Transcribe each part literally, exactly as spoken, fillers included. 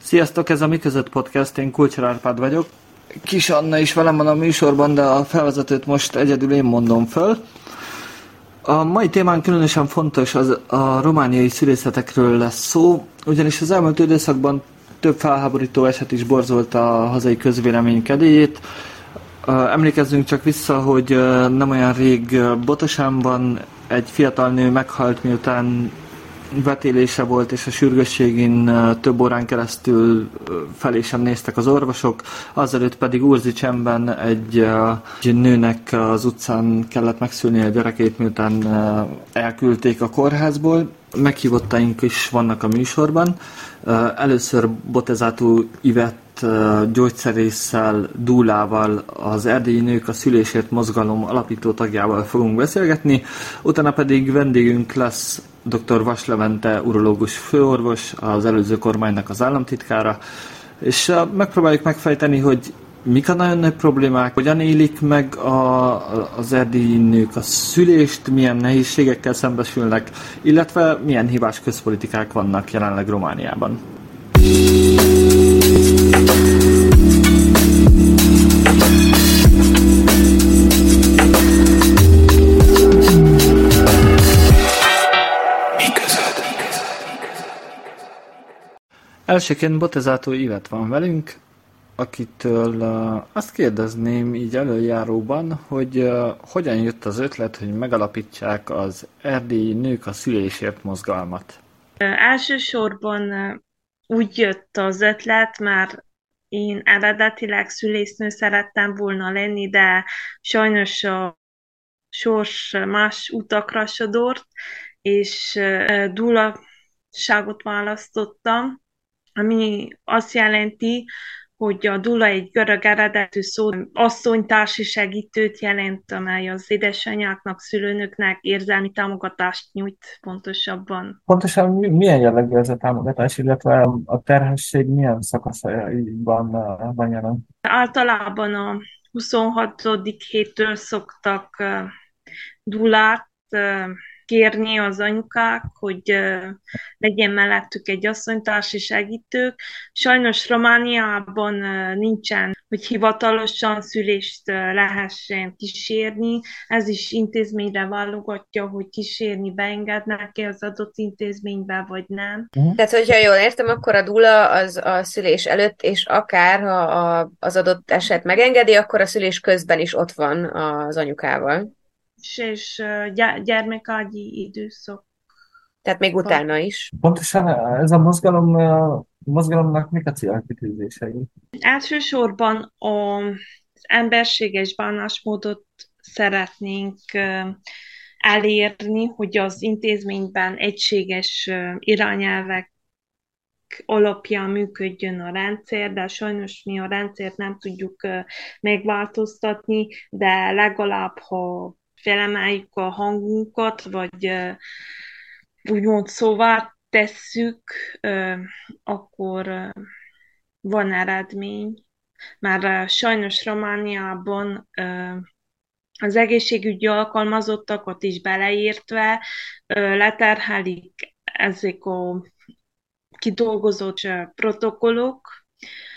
Sziasztok, ez a Mi Között Podcast, én Kulcsár Árpád vagyok. Kis Anna is velem van a műsorban, de a felvezetőt most egyedül én mondom föl. A mai témán különösen fontos, az a romániai szülészetekről lesz szó, ugyanis az elmúlt időszakban több felháborító eset is borzolta a hazai közvélemény kedélyét. Emlékezzünk csak vissza, hogy nem olyan rég Botosánban egy fiatal nő meghalt, miután vetélése volt, és a sürgősségén több órán keresztül felé sem néztek az orvosok. Azelőtt pedig Urzicsenben egy, egy nőnek az utcán kellett megszülnie a gyerekét, miután elküldték a kórházból. Meghívottaink is vannak a műsorban. Először Botezátu Ivett gyógyszerésszel, Dúlával, az Erdélyi Nők a Szülésért Mozgalom alapító tagjával fogunk beszélgetni. Utána pedig vendégünk lesz dr. Vas Levente urológus főorvos, az előző kormánynak az államtitkára, és megpróbáljuk megfejteni, hogy mik a nagyon nagy problémák, hogyan élik meg a, az erdélyi nők a szülést, milyen nehézségekkel szembesülnek, illetve milyen hibás közpolitikák vannak jelenleg Romániában. Elsőként Botezátu Ivett van velünk, akitől uh, azt kérdezném így előjáróban, hogy uh, hogyan jött az ötlet, hogy megalapítsák az Erdélyi Nők a Szülésért Mozgalmat? Elsősorban uh, úgy jött az ötlet, már én eredetileg szülésznő szerettem volna lenni, de sajnos a sors más utakra sodort, és uh, dúlaságot választottam, ami azt jelenti, hogy a dula egy görög eredetű szó, asszonytársi segítőt jelent, amely az édesanyáknak, szülőnöknek érzelmi támogatást nyújt pontosabban. Pontosan milyen jellegű ez a támogatás, illetve a terhesség milyen szakaszaiban van jelen? Általában a huszonhatodik héttől szoktak dulát kérni az anyukák, hogy uh, legyen mellettük egy asszonytársi segítők. Sajnos Romániában uh, nincsen, hogy hivatalosan szülést uh, lehessen kísérni. Ez is intézményre válogatja, hogy kísérni beengednek-e az adott intézménybe, vagy nem. Uh-huh. Tehát, hogyha jól értem, akkor a dula az a szülés előtt, és akár ha a, az adott eset megengedi, akkor a szülés közben is ott van az anyukával. És gyermekágyi időszak. Tehát még utána is. Pontosan ez a mozgalom, mozgalomnak mik a célkitűzései? Elsősorban az emberséges bánásmódot szeretnénk elérni, hogy az intézményben egységes irányelvek alapján működjön a rendszer, de sajnos mi a rendszert nem tudjuk megváltoztatni, de legalább, ha felemeljük a hangunkat, vagy uh, úgymond szóvá tesszük, uh, akkor uh, van eredmény. Már uh, sajnos Romániában uh, az egészségügyi alkalmazottakat is beleértve uh, leterhelik ezek a kidolgozott uh, protokollok,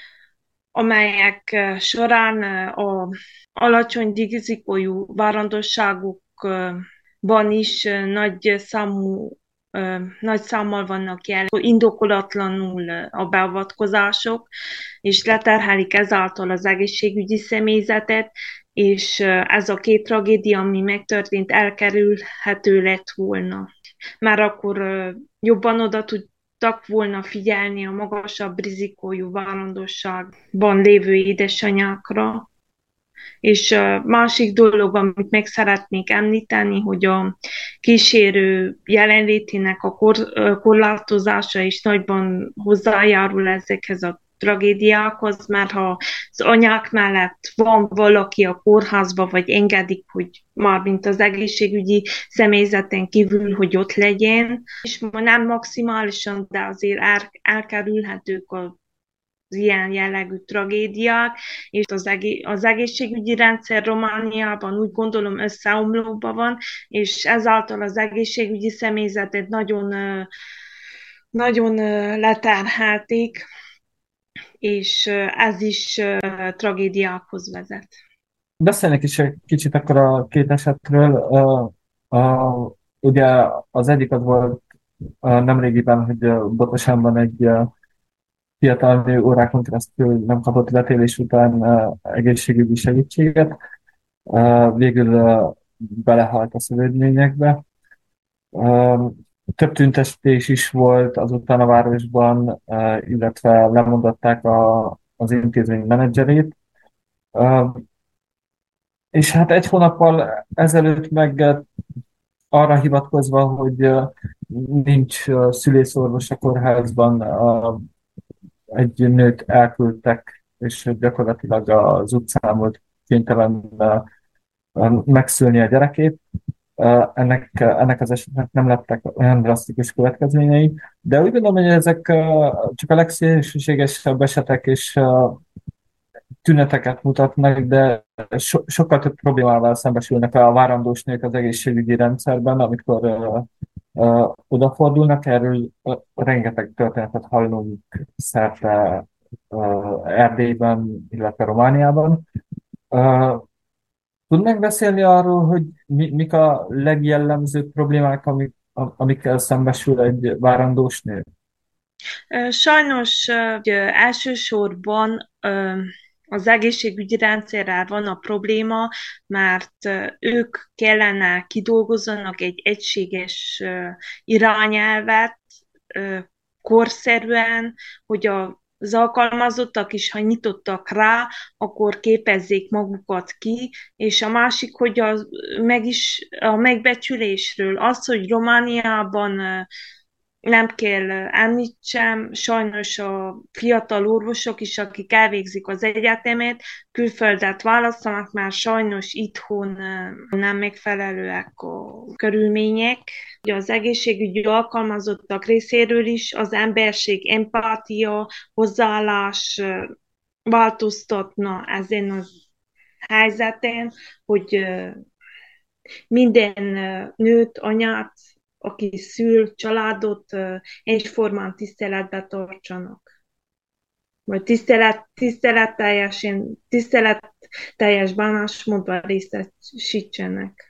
amelyek uh, során uh, a alacsony rizikójú várandosságokban is nagy számú, nagy számmal vannak jelen, indokolatlanul a beavatkozások, és leterhelik ezáltal az egészségügyi személyzetet, és ez a két tragédia, ami megtörtént, elkerülhető lett volna. Már akkor jobban oda tudtak volna figyelni a magasabb rizikójú várandosságban lévő édesanyákra. És a másik dolog, amit meg szeretnék említeni, hogy a kísérő jelenlétének a kor, korlátozása is nagyban hozzájárul ezekhez a tragédiákhoz, mert ha az anyák mellett van valaki a kórházba, vagy engedik, hogy már mint az egészségügyi személyzeten kívül, hogy ott legyen, és nem maximálisan, de azért el, elkerülhetők a az ilyen jellegű tragédiák, és az, egész, az egészségügyi rendszer Romániában úgy gondolom összeomlóban van, és ezáltal az egészségügyi személyzetet nagyon, nagyon leterhelték, és ez is tragédiákhoz vezet. Beszélnek is egy kicsit akkor a két esetről. A, a, ugye az egyik az volt a nemrégiben, hogy Botosanban egy fiatal nő órákon keresztül nem kapott vetélés után egészségügyi segítséget. Végül belehalt a szövődményekbe. Több tüntetés is volt azután a városban, illetve lemondották a, az intézmény menedzserét. És hát egy hónappal ezelőtt meg arra hivatkozva, hogy nincs szülészorvos a kórházban, egy nőt elküldtek, és gyakorlatilag az utcán volt kénytelen megszülni a gyerekét. Ennek, ennek az esetnek nem lettek olyan drasztikus következményei, de úgy gondolom, hogy ezek csak a legszélsőségesebb esetek, és tüneteket mutatnak, de so, sokkal több problémával szembesülnek a várandós nők az egészségügyi rendszerben, amikor uh, uh, odafordulnak. Erről uh, rengeteg történetet hallunk szerte uh, Erdélyben, illetve Romániában. Uh, Tudnánk beszélni arról, hogy mi, mik a legjellemzőbb problémák, amik, amikkel szembesül egy várandós nő? Sajnos elsősorban az egészségügyi rendszerrel van a probléma, mert ők kellene kidolgozzanak egy egységes irányelvet korszerűen, hogy a az alkalmazottak is, ha nyitottak rá, akkor képezzék magukat ki, és a másik, hogy a, meg is, a megbecsülésről, az, hogy Romániában nem kell említsem, sajnos a fiatal orvosok is, akik elvégzik az egyetemet, külföldet választanak, már sajnos itthon nem megfelelőek a körülmények. Ugye az egészségügyi alkalmazottak részéről is az emberség, empátia, hozzáállás változtatna ezen a helyzeten, hogy minden nőt, anyát, aki szül, családot egyformán tiszteletbe tartsanak. Vagy tisztelet, tiszteletteljesen, tiszteletteljes bánásmódban részesítsenek.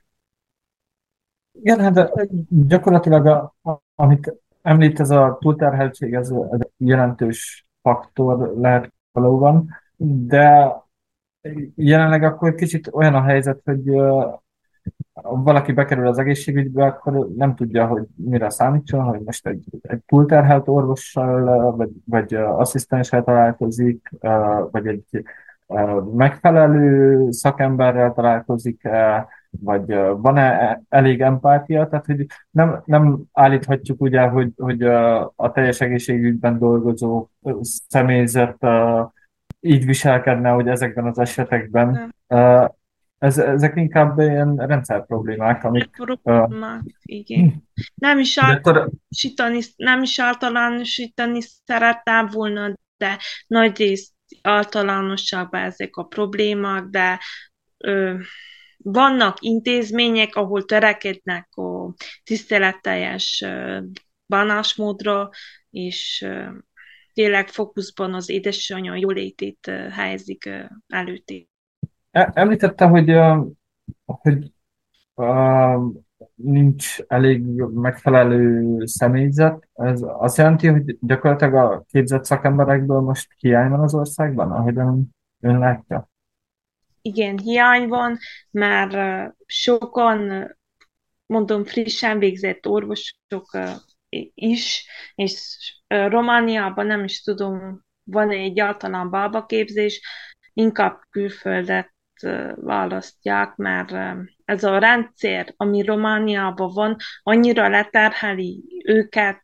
Igen, hát de gyakorlatilag, a, a, amit említ, ez a túlterheltség, ez, ez jelentős faktor lehet valóban, de jelenleg akkor kicsit olyan a helyzet, hogy uh, valaki bekerül az egészségügybe, akkor nem tudja, hogy mire számítson, hogy most egy, egy túlterhelt orvossal, vagy, vagy uh, asszisztenssel találkozik, uh, vagy egy uh, megfelelő szakemberrel találkozik, uh, vagy uh, van-e elég empátia, tehát hogy nem, nem állíthatjuk ugye, hogy, hogy uh, a teljes egészségügyben dolgozó személyzet uh, így viselkedne, hogy ezekben az esetekben. Uh, ez, ezek inkább ilyen rendszer problémák, amik... Problémák, uh, igen. Nem is, általánosítani, nem is általánosítani szerettem volna, de nagyrészt általánosabb ezek a problémák, de ö, vannak intézmények, ahol törekednek a tiszteletteljes bánásmódra, és ö, tényleg fókuszban az édesanyja jólétét helyezik előtérbe. Említette, hogy, hogy uh, nincs elég megfelelő személyzet. Ez azt jelenti, hogy gyakorlatilag a képzett szakemberekből most hiány van az országban, ahogy ön, ön látja? Igen, hiány van, már sokan, mondom, frissen végzett orvosok is, és Romániában nem is tudom, van-e egyáltalán bábaképzés, inkább külföldet választják, mert ez a rendszer, ami Romániában van, annyira leterheli őket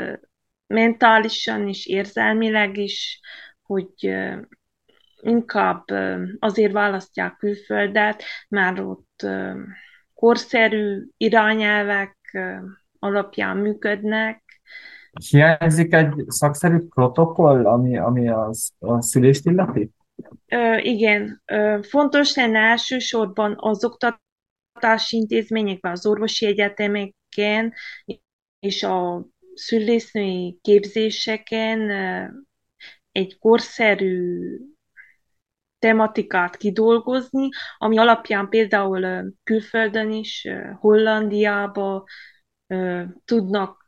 mentálisan és érzelmileg is, hogy inkább azért választják külföldet, mert ott korszerű irányelvek alapján működnek. Hiányzik egy szakszerű protokoll, ami, ami az, a szülést illeti? Ö, igen, ö, fontos lenne elsősorban az oktatási intézményekben, az orvosi egyetemeken és a szülésznői képzéseken egy korszerű tematikát kidolgozni, ami alapján például ö, külföldön is, ö, Hollandiába ö, tudnak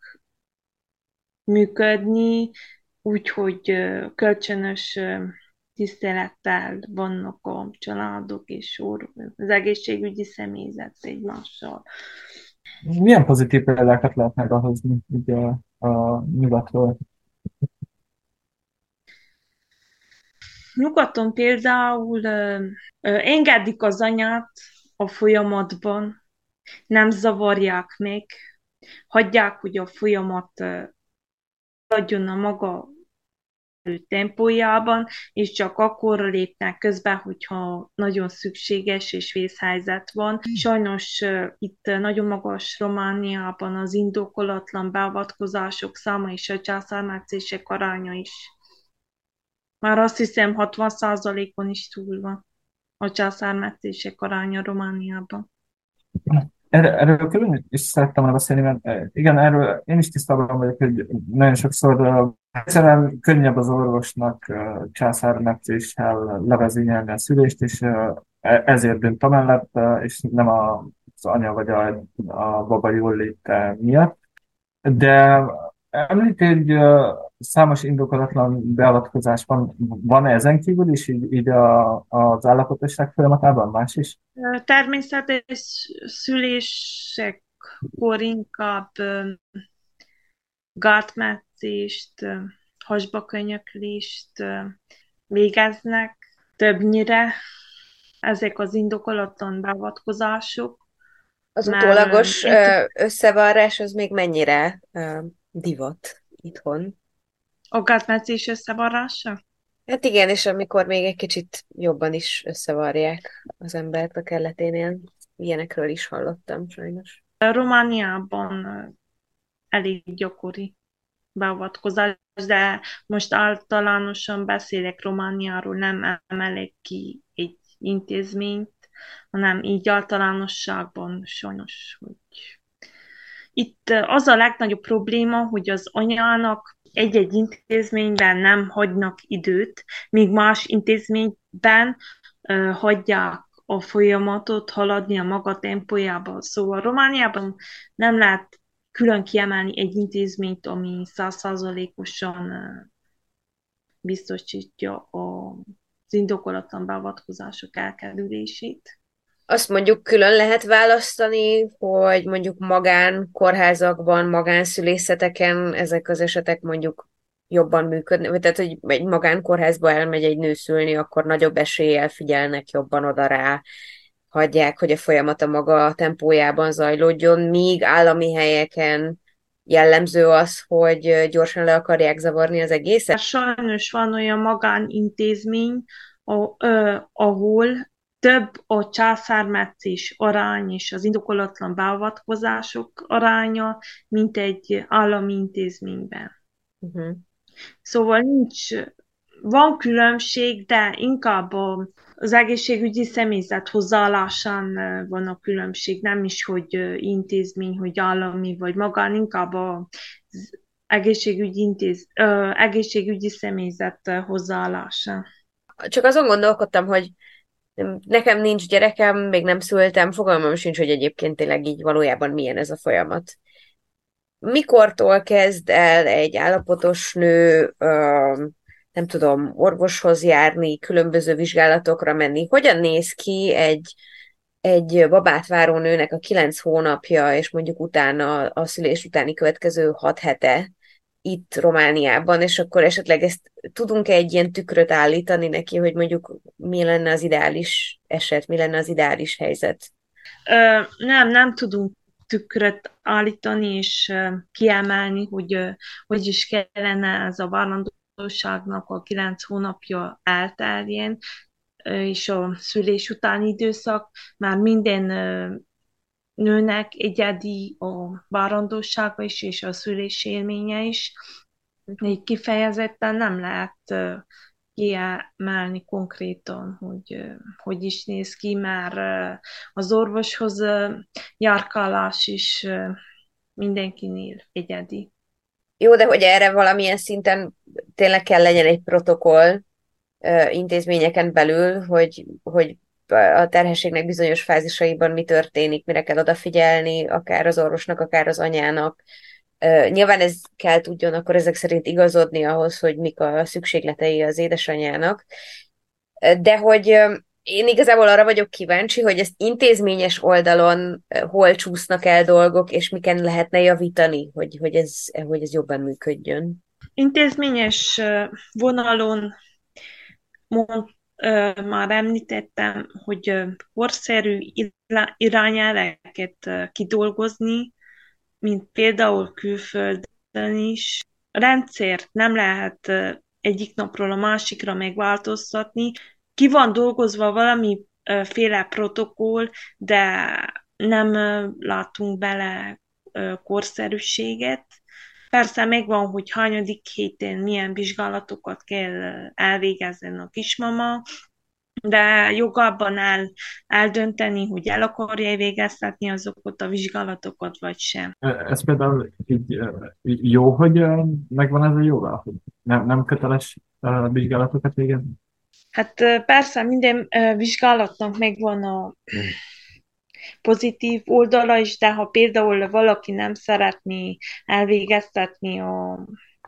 működni, úgyhogy ö, kölcsönös ö, tisztelettel vannak a családok és or- az egészségügyi személyzet egymással. Milyen pozitív példákat lehet meghozni így a, a nyugatról? Nyugaton például ö, ö, engedik az anyát a folyamatban, nem zavarják meg, hagyják, hogy a folyamat ö, adjon a maga tempójában, és csak akkor lépnek közbe, hogyha nagyon szükséges és vészhelyzet van. Sajnos uh, itt nagyon magas Romániában az indokolatlan beavatkozások száma és a császármetszések aránya is. Már azt hiszem hatvan százalékon is túl van a császármetszések aránya Romániában. Erről, erről külön is szerettem volna beszélni, mert eh, igen, erről én is tisztában vagyok, hogy nagyon sokszor eh, egyszerűen könnyebb az orvosnak eh, császármetszéssel levezényelni a szülést, és eh, e- ezért dönt amellett, eh, és nem a, az anya vagy a, a baba jól léte miatt. De említ, hogy ö, számos indokolatlan beavatkozás van. Van-e ezen kívül is így, így a, az állapotosság folyamatában más is? Ö, Természetes szülésekkor inkább ö, gátmetszést, ö, hasbakönyöklést ö, végeznek többnyire ezek az indokolatlan beavatkozások, Az mert ö, utólagos én tud- ö, összevarrás az még mennyire ö, divat itthon? a gátmetszés összevarrása. Hát igen, és amikor még egy kicsit jobban is összevarják az embert a kelleténél. Ilyenekről is hallottam sajnos. Romániában ö, elég gyakori beavatkozás, de most általánosan beszélek Romániáról, nem emelek ki egy intézményt, hanem így általánosságban sajnos, hogy itt az a legnagyobb probléma, hogy az anyának egy-egy intézményben nem hagynak időt, míg más intézményben uh, hagyják a folyamatot haladni a maga tempójában. Szóval Romániában nem lehet külön kiemelni egy intézményt, ami százszázalékosan uh, biztosítja az indokolatlan beavatkozások elkerülését. Azt mondjuk külön lehet választani, hogy mondjuk magán kórházakban, magánszülészeteken ezek az esetek mondjuk jobban működnek. Vagy Tehát, hogy egy magánkórházba elmegy egy nő szülni, akkor nagyobb eséllyel figyelnek jobban oda rá, hagyják, hogy a folyamat a maga tempójában zajlódjon, míg állami helyeken jellemző az, hogy gyorsan le akarják zavarni az egészet. Sajnos van olyan magánintézmény, a- ö, ahol több a császármetszés arány és az indokolatlan beavatkozások aránya, mint egy állami intézményben. Uh-huh. Szóval nincs, van különbség, de inkább a, az egészségügyi személyzet hozzáállásán ö, van a különbség, nem is, hogy ö, intézmény, hogy állami vagy magán, inkább a egészségügyi, intéz, ö, egészségügyi személyzet ö, hozzáállása. Csak azon gondolkodtam, hogy nekem nincs gyerekem, még nem szültem, fogalmam sincs, hogy egyébként tényleg így valójában milyen ez a folyamat. Mikortól kezd el egy állapotos nő, ö, nem tudom, orvoshoz járni, különböző vizsgálatokra menni? Hogyan néz ki egy, egy babát váró nőnek a kilenc hónapja, és mondjuk utána a szülés utáni következő hat hete itt Romániában, és akkor esetleg ezt tudunk-e egy ilyen tükröt állítani neki, hogy mondjuk mi lenne az ideális eset, mi lenne az ideális helyzet? Ö, nem, nem tudunk tükröt állítani és ö, kiemelni, hogy ö, hogy is kellene ez a várandóságnak a kilenc hónapja elteljen, ö, és a szülés utáni időszak, már minden ö, nőnek egyedi a várandósága is, és a szülés élménye is. Így kifejezetten nem lehet ö, kiemelni konkrétan, hogy ö, hogy is néz ki, mert ö, az orvoshoz ö, járkálás is ö, mindenkinél egyedi. Jó, de hogy erre valamilyen szinten tényleg kell legyen egy protokoll ö, intézményeken belül, hogy, hogy a terhességnek bizonyos fázisaiban mi történik, mire kell odafigyelni, akár az orvosnak, akár az anyának. Ö, Nyilván ez kell tudjon akkor ezek szerint igazodni ahhoz, hogy mik a szükségletei az édesanyjának. De hogy ö, én igazából arra vagyok kíváncsi, hogy ezt intézményes oldalon ö, hol csúsznak el dolgok, és miken lehetne javítani, hogy, hogy ez, hogy ez jobban működjön. Intézményes ö, vonalon mond, ö, már említettem, hogy ö, korszerű irá- irányelveket ö, kidolgozni, mint például külföldön is. A rendszert nem lehet ö, egyik napról a másikra megváltoztatni. Ki van dolgozva valamiféle protokoll, de nem ö, látunk bele ö, korszerűséget. Persze megvan, hogy hányadik héten milyen vizsgálatokat kell elvégezzen a kismama, de jogában áll eldönteni, hogy el akarja végeztetni azokat a vizsgálatokat, vagy sem. Ez például így, ö, így jó, hogy ö, megvan ez a joga, hogy nem, nem köteles ö, vizsgálatokat végezni? Hát ö, persze minden ö, vizsgálatnak megvan a pozitív oldala is, de ha például valaki nem szeretné elvégeztetni a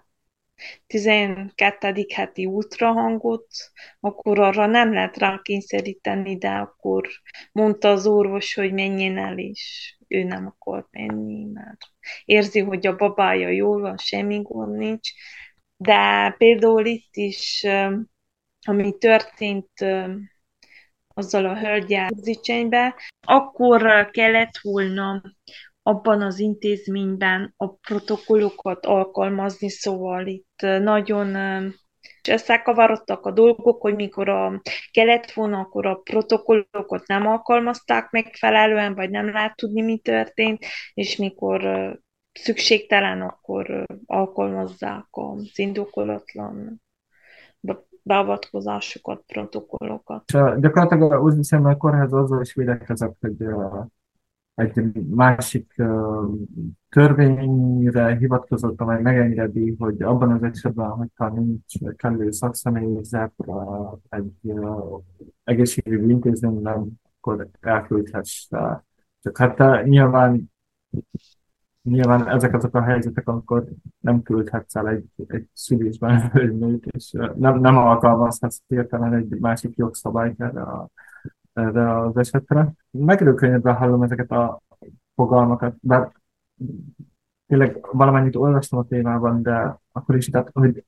tizenkettedik heti ultrahangot, akkor arra nem lehet rákényszeríteni, de akkor mondta az orvos, hogy menjen el, és ő nem akar menni, mert érzi, hogy a babája jól van, semmi gond nincs. De például itt is, ö, ami történt ö, azzal a hölgyel Zicsenybe, akkor kellett volna abban az intézményben a protokollokat alkalmazni, szóval itt nagyon összekavarodtak a dolgok, hogy mikor a kellett volna, akkor a protokollokat nem alkalmazták megfelelően, vagy nem lehet tudni, mi történt, és mikor szükségtelen, akkor alkalmazzák az indokolatlan beavatkozásokat, protokollokat. És uh, gyakorlatilag úgy hiszem, a kórház azzal is védekezett, hogy uh, egy másik uh, törvényre hivatkozott, amely megengedi, hogy abban az esetben, hogyha nincs kellő szakszemélyzet uh, egy uh, egészségügyi intézményben, akkor elküldhesse. Csak hát uh, nyilván, nyilván ezek azok a helyzetek, amikor nem küldhetsz el egy, egy szülésben nőt, és uh, nem, nem alkalmazhatsz hirtelen egy másik jogszabályt erre, a, erre az esetre. Megörökönnyedben hallom ezeket a fogalmakat, bár tényleg valamennyit olvastam a témában, de akkor is, tehát, hogy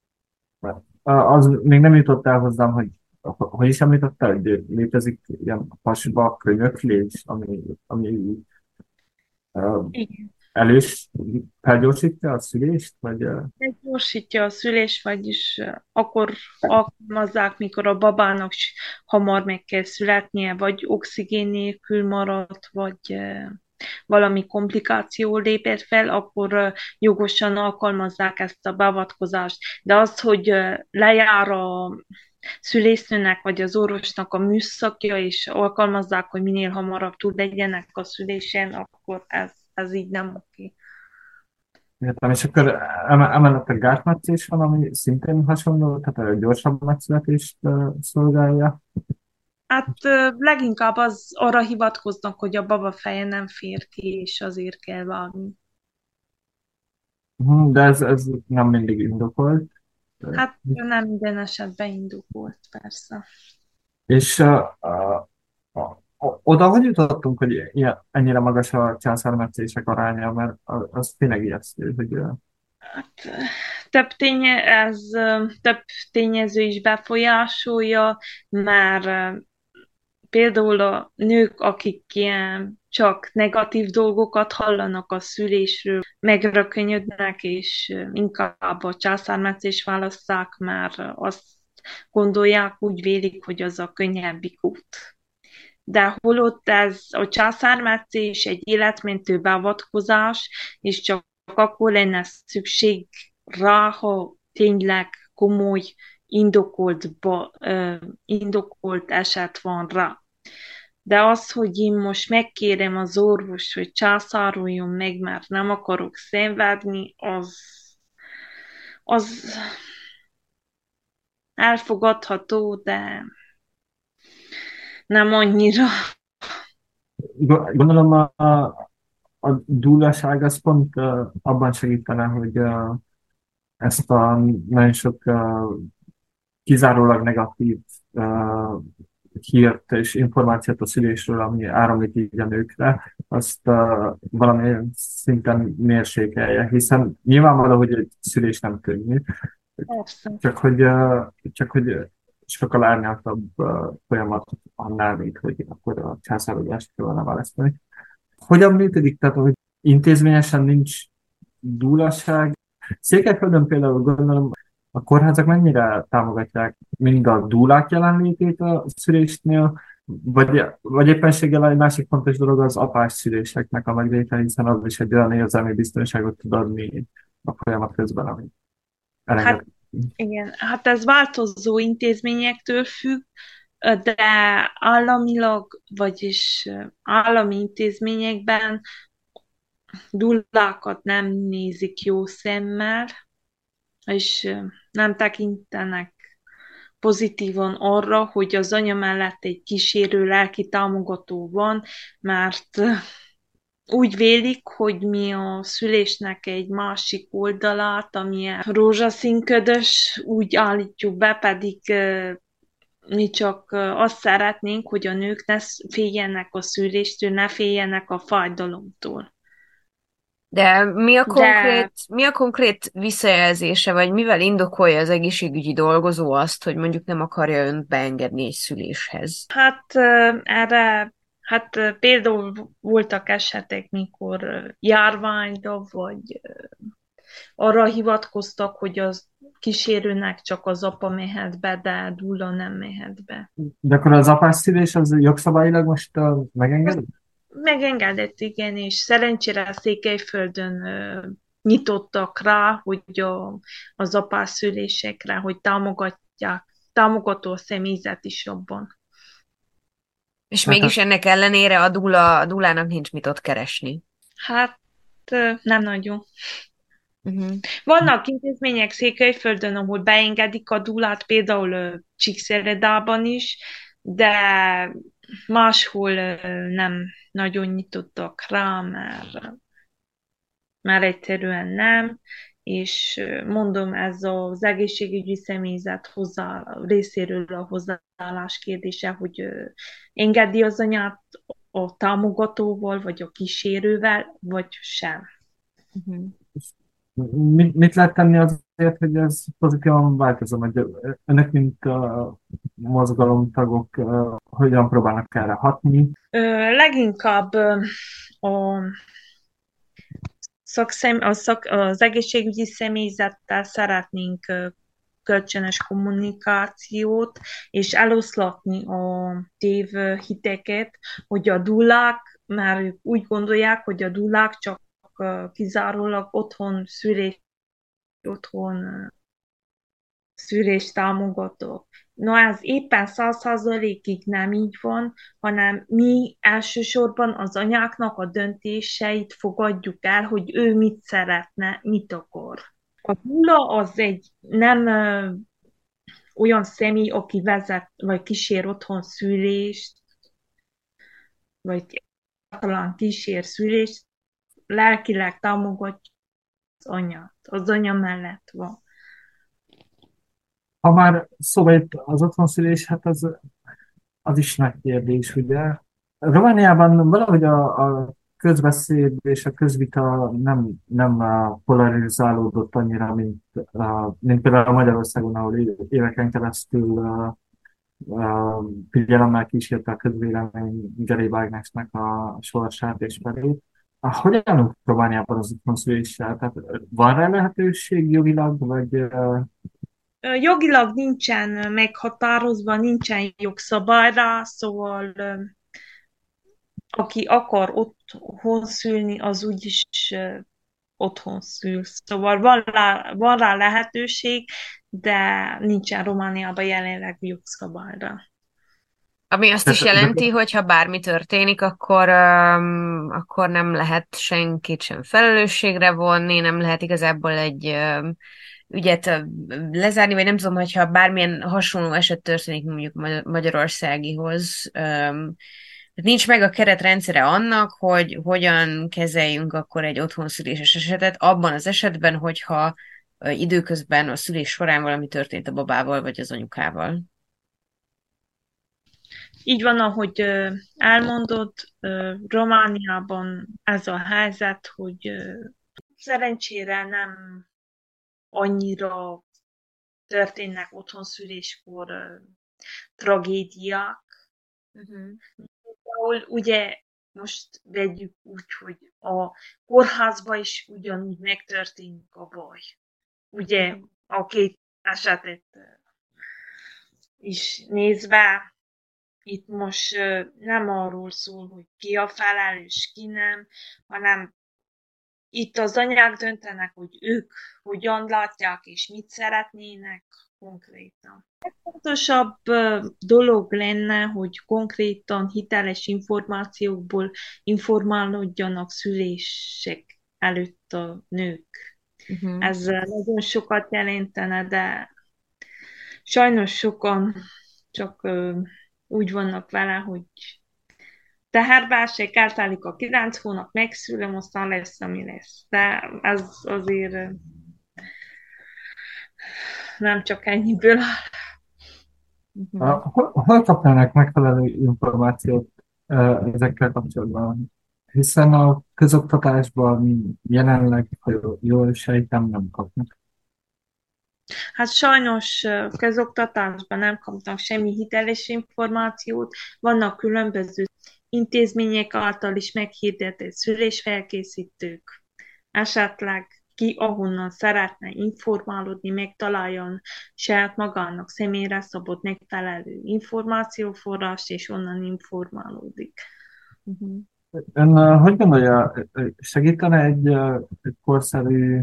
az még nem jutott el hozzám, hogy hogy is említette, hogy létezik ilyen pasba könyöklés, ami, ami uh, Igen. elős felgyorsítja a szülést, vagy uh, Meggyorsítja a szülés, vagyis uh, akkor alkalmazzák, mikor a babának s- hamar meg kell születnie, vagy oxigén nélkül maradt, vagy uh, valami komplikáció lépett fel, akkor uh, jogosan alkalmazzák ezt a beavatkozást. De az, hogy uh, lejár a szülésznőnek vagy az orvosnak a műszakja, és alkalmazzák, hogy minél hamarabb tud legyenek a szülésen, akkor ez, ez így nem oké. értem, és akkor eme- emellett a gátmetszés van, ami szintén hasonló, tehát a gyorsabb megszületést uh, szolgálja. Hát ö, leginkább az arra hivatkoznak, hogy a baba feje nem fér ki, és azért kell vágni. Mhm, de ez, ez nem mindig indokolt. Hát nem minden esetben indokolt, persze. És uh, uh, uh, oda hogy jutottunk, hogy ilyen, ennyire magas a császármetszések aránya, mert az, az tényleg ijesztő, hogy uh, Hát, ö, több ténye, ez ö, több tényező is befolyásolja, már ö, például a nők, akik ilyen csak negatív dolgokat hallanak a szülésről, megrökönyödnek, és ö, inkább a császármetszést válasszák, már azt gondolják, úgy vélik, hogy az a könnyebbik út. De holott ez a császármetszés egy életmentő beavatkozás, és csak akkor lenne szükség rá, ha tényleg komoly, indokolt, ba, ö, indokolt eset van rá. De az, hogy én most megkérem az orvos, hogy császároljon meg, mert nem akarok szenvedni, az az elfogadható, de nem annyira. Gondolom a, a, a dúlaság az pont uh, abban segítene, hogy uh, ezt a nagyon sok uh, kizárólag negatív uh, hírt és információt a szülésről, ami áramlik így a nőkre, azt uh, valamilyen szinten mérsékelje, hiszen nyilvánvaló, hogy egy szülés nem könnyű, Persze. csak hogy, uh, csak hogy sokkal árnyaltabb uh, folyamat annál, mint hogy akkor a császároglást kellene választani. Hogyan működik? Tehát, hogy intézményesen nincs dúlasság. Székelyföldön például gondolom, a kórházak mennyire támogatják mind a dúlák jelenlétét a szülésnél, vagy, vagy éppenséggel egy másik fontos dolog az apás szüléseknek a megléte, hiszen az is egy olyan érzelmi biztonságot tud adni a folyamat közben, ami Hát elengedhető. igen, hát ez változó intézményektől függ, de államilag, vagyis állami intézményekben dullákat nem nézik jó szemmel, és nem tekintenek pozitívan arra, hogy az anya mellett egy kísérő lelki támogató van, mert úgy vélik, hogy mi a szülésnek egy másik oldalát, amilyen rózsaszínködös, úgy állítjuk be, pedig mi csak azt szeretnénk, hogy a nők ne féljenek a szüléstől, ne féljenek a fájdalomtól. De mi a De konkrét, mi a konkrét visszajelzése, vagy mivel indokolja az egészségügyi dolgozó azt, hogy mondjuk nem akarja önt beengedni egy szüléshez? hát ö, erre, hát ö, például voltak esetek, mikor ö, járványra, vagy ö, arra hivatkoztak, hogy az kísérőnek csak az apa mehet be, de dúla nem mehet be. De akkor az apás szülés az jogszabályilag most uh, megengedett? Megengedett, igen, és szerencsére a Székelyföldön ö, nyitottak rá, hogy a, az apás szülésekre, hogy támogatják, támogató a személyzet is jobban. És Hát, mégis ennek ellenére a dúla, a dúlának nincs mit ott keresni. Hát ö, nem nagyon. Uh-huh. Vannak intézmények Székelyföldön, ahol beengedik a dúlát, például ö, Csíkszeredában is, de máshol ö, nem nagyon nyitottak rá, mert már egyszerűen nem, és mondom, ez az egészségügyi személyzet hozzá, részéről a hozzáállás kérdése, hogy engedi az anyát a támogatóval, vagy a kísérővel, vagy sem. Uh-huh. mit, mit lehet tenni azért, hogy ez pozitívan változom, hogy önök, mint a mozgalomtagok, uh, hogyan próbálnak erre hatni? Ö, leginkább ö, a szakszem, a szak, az egészségügyi személyzettel szeretnénk ö, kölcsönös kommunikációt, és eloszlatni a tévhiteket, hogy a dullák, már ők úgy gondolják, hogy a dullák csak ö, kizárólag otthon szülés, otthon ö, szülés támogatók. No, ez éppen száz százalékig nem így van, hanem mi elsősorban az anyáknak a döntéseit fogadjuk el, hogy ő mit szeretne, mit akar. A dula az egy nem ö, olyan személy, aki vezet, vagy kísér otthon szülést, vagy talán kísér szülést, lelkileg támogatja az anyát. Az anya mellett van. Ha már szóba jött az otthonszülés, hát az, az is nagy kérdés, ugye? Romániában valahogy a, a közbeszéd és a közvita nem, nem uh, polarizálódott annyira, mint, uh, mint például Magyarországon, ahol é- éveken keresztül uh, uh, figyelemmel kísérte a közvélemény Geri Ágnesnek a sorsát és felét. Uh, Hogyan állunk Romániában az otthonszüléssel? Tehát uh, van rá lehetőség jogilag, vagy uh, Ö, Jogilag nincsen meghatározva, nincsen jogszabályra, szóval ö, aki akar otthon szülni, az úgyis ö, otthon szül. Szóval van rá, van rá lehetőség, de nincsen Romániában jelenleg jogszabályra. Ami azt is tehát, de, jelenti, hogy ha bármi történik, akkor, um, akkor nem lehet senkit sem felelősségre vonni, nem lehet igazából egy, um, ügyet ö, lezárni, vagy nem tudom, hogyha bármilyen hasonló eset történik mondjuk Ma- Magyarországihoz. Öm, nincs meg a keretrendszere annak, hogy hogyan kezeljünk akkor egy otthonszüléses esetet, abban az esetben, hogyha ö, időközben a szülés során valami történt a babával vagy az anyukával. Így van, ahogy ö, elmondod, ö, Romániában ez a helyzet, hogy ö, szerencsére nem annyira történnek otthonszüléskor ö, tragédiák. Uh-huh. Ahol ugye most vegyük úgy, hogy a kórházban is ugyanúgy megtörténik a baj. Ugye a két esetet ö, is nézve, itt most ö, nem arról szól, hogy ki a felelős, ki nem, hanem itt az anyák döntenek, hogy ők hogyan látják és mit szeretnének konkrétan. Fontosabb ö, dolog lenne, hogy konkrétan hiteles információkból informálódjanak szülések előtt a nők. Uh-huh. Ez ö, nagyon sokat jelentene, de sajnos sokan csak ö, úgy vannak vele, hogy teherválság, eltelik a kilenc hónap, megszülöm, aztán lesz, ami lesz. De ez azért ö, nem csak ennyiből áll. A- Uh-huh. Hol, hol kapnának megfelelő információt eh, ezekkel kapcsolatban? Hiszen a közoktatásban jelenleg, ha jól jól sejtem, nem kapnak. Hát sajnos ö, közoktatásban nem kapnak semmi hiteles információt, vannak különböző intézmények által is meghirdetett szülésfelkészítők, esetleg ki ahonnan szeretne informálódni, megtaláljon saját magának személyre szabott megfelelő információforrás, és onnan informálódik. Uh-huh. Ön eh, hogy gondolja, eh, segítene egy, eh, egy korszerű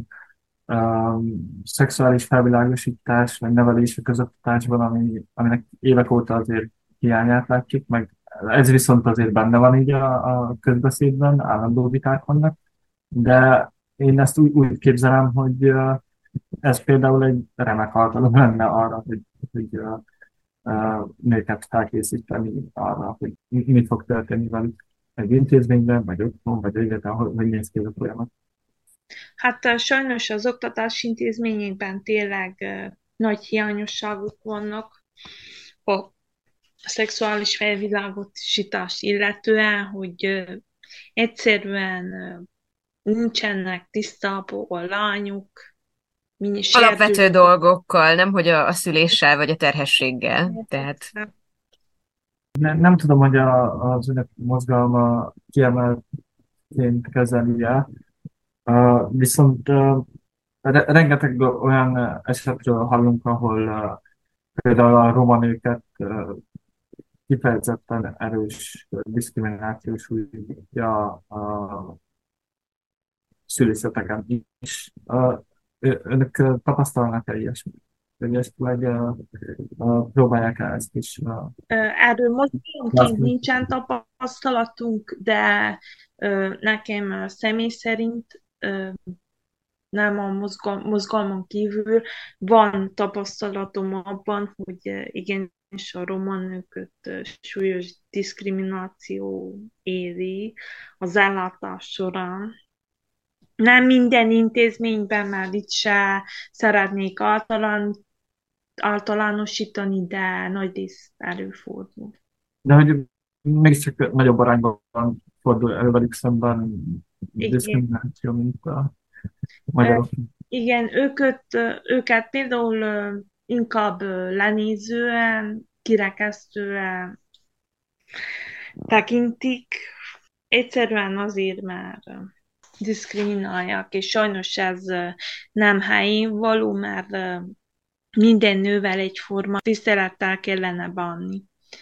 um, szexuális felvilágosítás, vagy nevelés a közoktatásban, ami, aminek évek óta azért hiányát látjuk, meg ez viszont azért benne van így a, a közbeszédben, állandó viták vannak, de én ezt úgy, úgy képzelem, hogy uh, ez például egy remek alkalom lenne arra, hogy, hogy uh, uh, nőket felkészíteni arra, hogy mi, mi fog történni velük egy intézményben, vagy otthon, vagy egyáltalán, hogy hogy néz ki ez a folyamat. Hát ö, sajnos az oktatási intézményekben tényleg ö, nagy hiányosságok vannak a szexuális felvilágosítást illetően, hogy ö, egyszerűen ö, nincsenek tisztában a lányok, mini Alapvető sértő. dolgokkal, nem hogy a, a szüléssel vagy a terhességgel. Tehát. Ne, nem tudom, hogy a, az önök mozgalma kiemeltként kezeli-e, uh, viszont uh, re, rengeteg olyan esetről hallunk, ahol uh, például a roma nőket uh, kifejezetten erős diszkrimináció sújtja a szülészeteken is. Uh, ö- önök uh, tapasztalnak-e ilyesmit? Vagy esetleg uh, uh, próbálják el ezt is uh, Ö, Erről mozgalomként látni? nincsen tapasztalatunk, de ö, nekem ö, személy szerint ö, nem a mozgal, mozgalmon kívül van tapasztalatom abban, hogy ö, igenis a roma nőket ö, súlyos diszkrimináció éri az ellátás során. Nem minden intézményben, mert itt se szeretnék általán, általánosítani, de nagy rész előfordul. De hogy mégiscsak nagyobb arányban fordul elő velük szemben Igen. diszkrimináció, mint a Ö, magyarok. Igen, őket, őket például ö, inkább ö, lenézően, kirekesztően tekintik, egyszerűen azért, mert ö, diszkriminálják, és sajnos ez ö, nem helyén való, mert ö, minden nővel egyforma tisztelettel kellene bánni.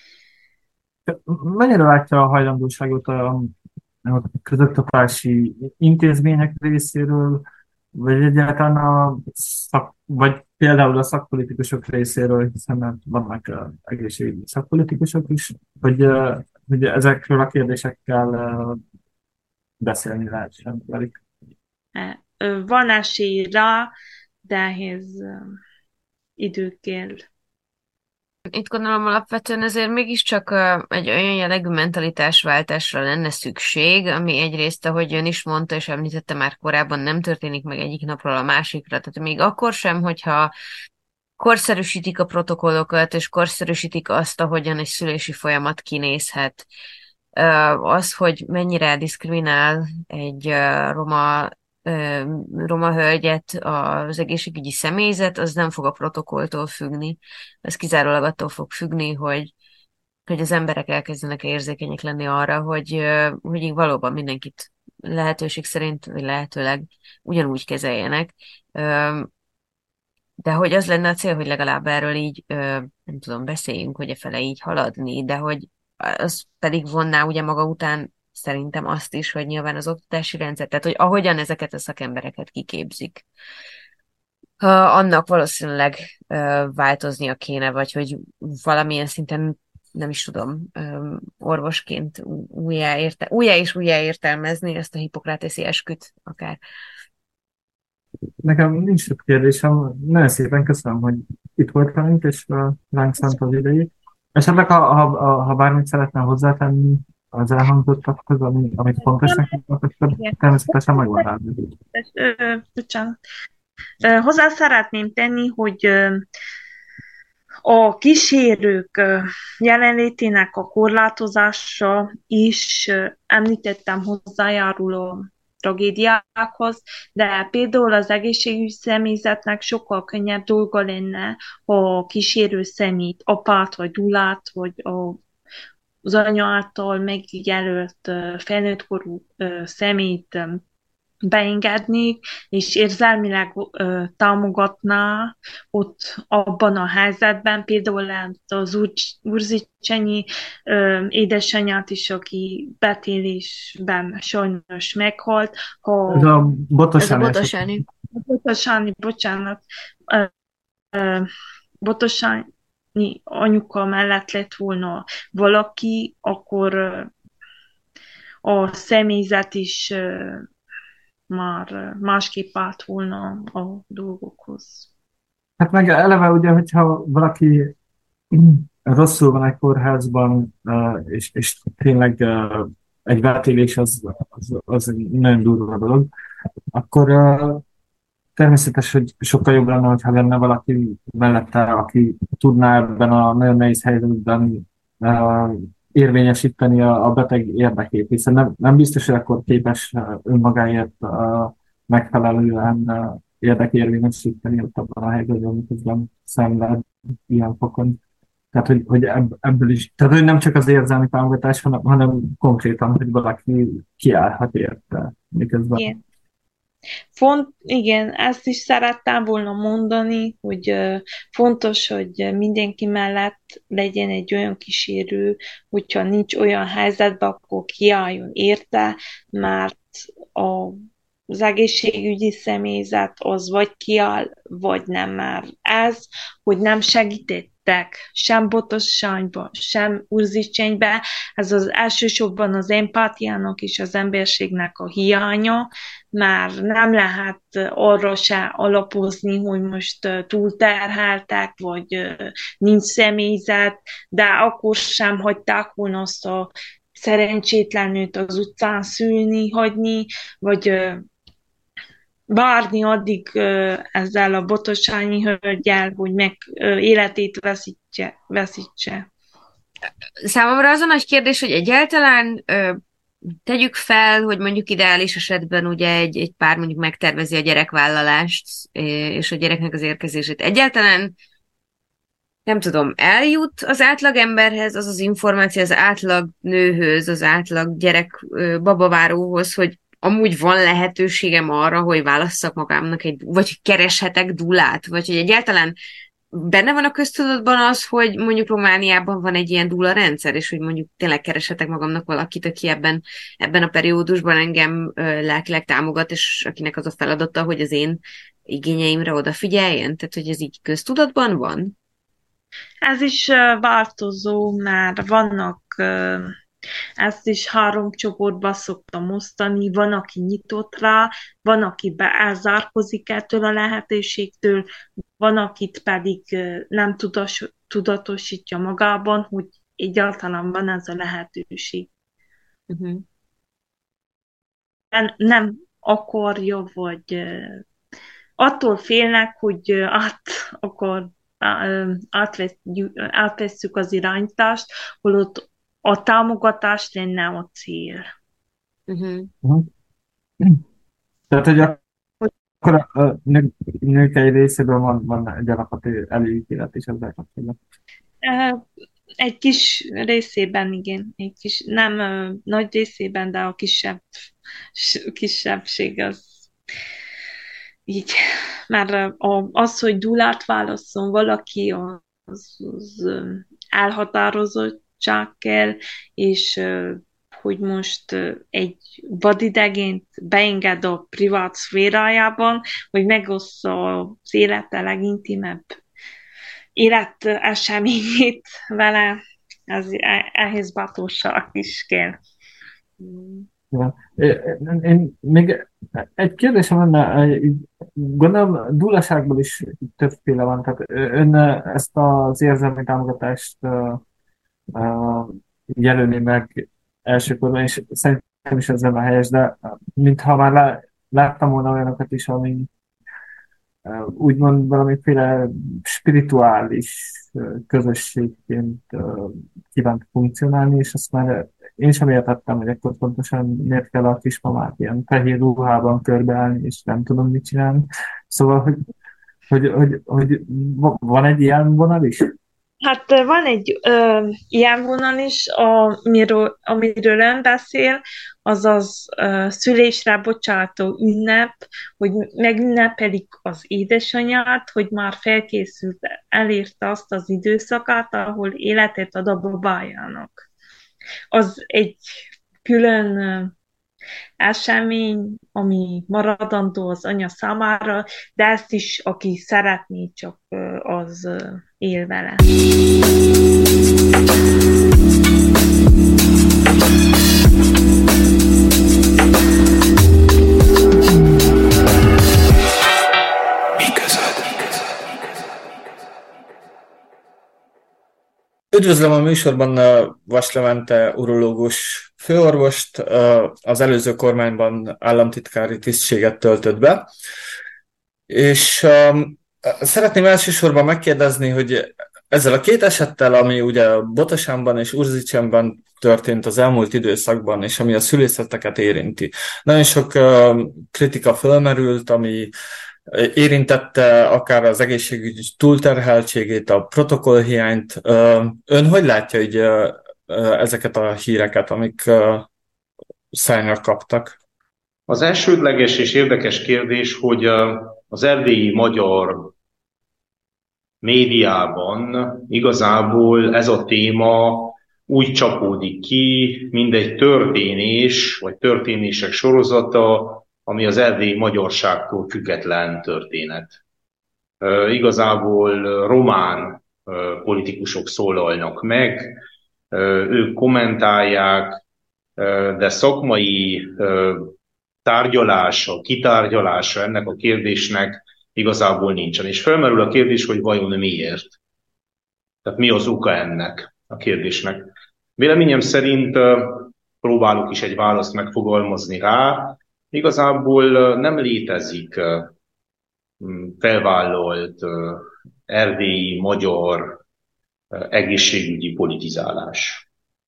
Mennyire látja a hajlandóságot a, a közoktatási intézmények részéről, vagy egyáltalán a szak, vagy például a szakpolitikusok részéről, hiszen vannak uh, egészségügyi szakpolitikusok is, hogy, uh, hogy ezekről a kérdésekkel uh, beszélni lehessen velük. Ö, Van esély rá, de ehhez idő kell. Itt gondolom alapvetően ezért mégiscsak ö, egy olyan jellegű mentalitásváltásra lenne szükség, ami egyrészt, ahogy ön is mondta, és említette már korábban, nem történik meg egyik napról a másikra. Tehát még akkor sem, hogyha korszerűsítik a protokollokat, és korszerűsítik azt, ahogyan egy szülési folyamat kinézhet. Ö, Az, hogy mennyire diszkriminál egy ö, roma, ö, roma hölgyet az egészségügyi személyzet, az nem fog a protokolltól függni. Ez kizárólag attól fog függni, hogy, hogy az emberek elkezdenek érzékenyek lenni arra, hogy, ö, hogy így valóban mindenkit lehetőség szerint, vagy lehetőleg ugyanúgy kezeljenek. Ö, de hogy az lenne a cél, hogy legalább erről így, ö, nem tudom, beszéljünk, hogy e fele így haladni, de hogy az pedig vonná ugye maga után szerintem azt is, hogy nyilván az oktatási rendszer, tehát hogy ahogyan ezeket a szakembereket kiképzik, ö, annak valószínűleg ö, változnia kéne, vagy hogy valamilyen szinten nem is tudom, ö, orvosként újjá, érte, újjá és újjá értelmezni ezt a hipokráteszi esküt akár. Nekem nincs több kérdésem. Nagyon szépen köszönöm, hogy itt volt velünk, és uh, ránk szánt az idejét. Esetleg, ha, ha, ha ha bármit szeretne hozzátenni az elhangzottakhoz, ami, amit fontos nekik, akkor Igen. természetesen megvan rá. Ö, ö, bocsánat. Ö, Hozzá szeretném tenni, hogy ö, a kísérők ö, jelenlétének a korlátozása is ö, említettem hozzájárul a tragédiákhoz, de például az egészségügyi személyzetnek sokkal könnyebb dolga lenne, ha a kísérő szemét, apát vagy dulát, vagy a az anya által megjelölt ö, felnőttkorú ö, szemét ö, beengednék, és érzelmileg ö, támogatná ott abban a helyzetben, például az Urzicsenyi ö, édesanyját is, aki betélésben sajnos meghalt. Ha Ez a Ez a Botosáni eset. botosáni. Botosáni, bocsánat, ö, ö, Botosáni anyuka mellett lett volna valaki, akkor ö, a személyzet is ö, már másképp állt volna a dolgokhoz. Hát meg eleve ugye, hogyha valaki rosszul van egy kórházban, uh, és, és tényleg uh, egy vetélés az, az, az egy nagyon durva dolog, akkor uh, természetes, hogy sokkal jobb lenne, hogyha lenne valaki mellette, aki tudná ebben a nagyon nehéz helyzetben uh, érvényesíteni a, a beteg érdekét, hiszen nem, nem biztos, hogy akkor képes uh, önmagáért uh, megfelelően uh, érdekérvényesíteni ott abban a helyzetben, miközben szenved ilyen fokon. Tehát, hogy, hogy ebb, ebből is, tehát, hogy nem csak az érzelmi támogatás, hanem, hanem konkrétan, hogy valaki kiállhat érte, miközben. Igen. Font, igen, ezt is szerettem volna mondani, hogy ö, fontos, hogy mindenki mellett legyen egy olyan kísérő, hogyha nincs olyan helyzetben, akkor kiálljon érte, mert a, az egészségügyi személyzet az vagy kiáll, vagy nem már. Ez, hogy nem segítettek sem Botossányba, sem Urzicsenybe, ez az elsősorban az empátiának és az emberségnek a hiánya, már nem lehet arra se alapozni, hogy most túlterheltek, vagy nincs személyzet, de akkor sem hagyták volna azt a szerencsétlen nőt az utcán szülni, hagyni, vagy várni addig ezzel a botosányi hölgyel, hogy meg életét veszítse. veszítse. Számomra az a nagy kérdés, hogy egyáltalán ö, tegyük fel, hogy mondjuk ideális esetben ugye egy, egy pár mondjuk megtervezi a gyerekvállalást, és a gyereknek az érkezését. Egyáltalán nem tudom, eljut az átlagemberhez az az információ, az átlag nőhöz, az átlag gyerek ö, babaváróhoz, hogy amúgy van lehetőségem arra, hogy válasszak magámnak egy, vagy hogy kereshetek dulát, vagy hogy egyáltalán benne van a köztudatban az, hogy mondjuk Romániában van egy ilyen dula rendszer, és hogy mondjuk tényleg kereshetek magamnak valakit, aki ebben, ebben a periódusban engem ö, lelkileg támogat, és akinek az a feladata, hogy az én igényeimre odafigyeljen. Tehát, hogy ez így köztudatban van? Ez is változó, már vannak Ezt is három csoportba szoktam osztani, van, aki nyitott rá, van, aki elzárkozik ettől a lehetőségtől, van, akit pedig nem tudas, tudatosítja magában, hogy egyáltalán van ez a lehetőség. Uh-huh. Nem, nem akarja, vagy attól félnek, hogy át, akkor átvesszük az irányítást, holott a támogatás lenne a cél. Uh-huh. Uh-huh. Tehát, hogy akkor a nők, nők egy részéből van, van egy alapvető előítélet is ezzel kapcsolatban. Egy kis részében, igen. Egy kis, nem uh, nagy részében, de a kisebb, kisebbség az így. Már uh, az, hogy dulát válasszon valaki, az, az uh, elhatározottság kell, és uh, hogy most uh, egy vadidegént beenged a privát szférájában, hogy megossza az élete legintimebb életeseményét vele, az ehhez bátorság is kell. Ja. Én, én még egy kérdésem lenne, gondolom dulaságból is többféle van, tehát ön ezt az érzelmi támogatást uh, uh, jelöli meg elsőkorban, és szerintem is ez nem a helyes, de mintha már lá, láttam volna olyanokat is, ami uh, úgymond valamiféle spirituális uh, közösségként uh, kívánt funkcionálni, és azt már én sem értettem, hogy akkor pontosan miért kell a kismamát ilyen fehér ruhában körbeállni, és nem tudom mit csinálni. Szóval, hogy, hogy, hogy, hogy van egy ilyen vonal is? Hát van egy ö, ilyen vonal is, amiről, amiről ön beszél, azaz ö, szülésre bocsátó ünnep, hogy megünnepelik az édesanyát, hogy már felkészült, elérte azt az időszakát, ahol életet ad a babájának. Az egy külön uh, esemény, ami maradandó az anya számára, de ezt is, aki szeretné, csak uh, az uh, él vele. Üdvözlöm a műsorban Vas Levente urológus főorvost, az előző kormányban államtitkári tisztséget töltött be, és szeretném elsősorban megkérdezni, hogy ezzel a két esettel, ami ugye Botosánban és Urzicsenben történt az elmúlt időszakban, és ami a szülészeteket érinti, nagyon sok kritika fölmerült, ami érintette akár az egészségügy túlterheltségét, a protokollhiányt. Ön hogy látja így ezeket a híreket, amik szárnyra kaptak? Az elsődleges és érdekes kérdés, hogy az erdélyi magyar médiában igazából ez a téma úgy csapódik ki, mint egy történés, vagy történések sorozata, ami az erdélyi magyarságtól független történet. E, igazából román e, politikusok szólalnak meg, e, ők kommentálják, e, de szakmai e, tárgyalása, kitárgyalása ennek a kérdésnek igazából nincsen. És felmerül a kérdés, hogy vajon miért? Tehát mi az oka ennek a kérdésnek? Véleményem szerint e, próbálok is egy választ megfogalmazni rá. Igazából nem létezik felvállalt erdélyi magyar egészségügyi politizálás.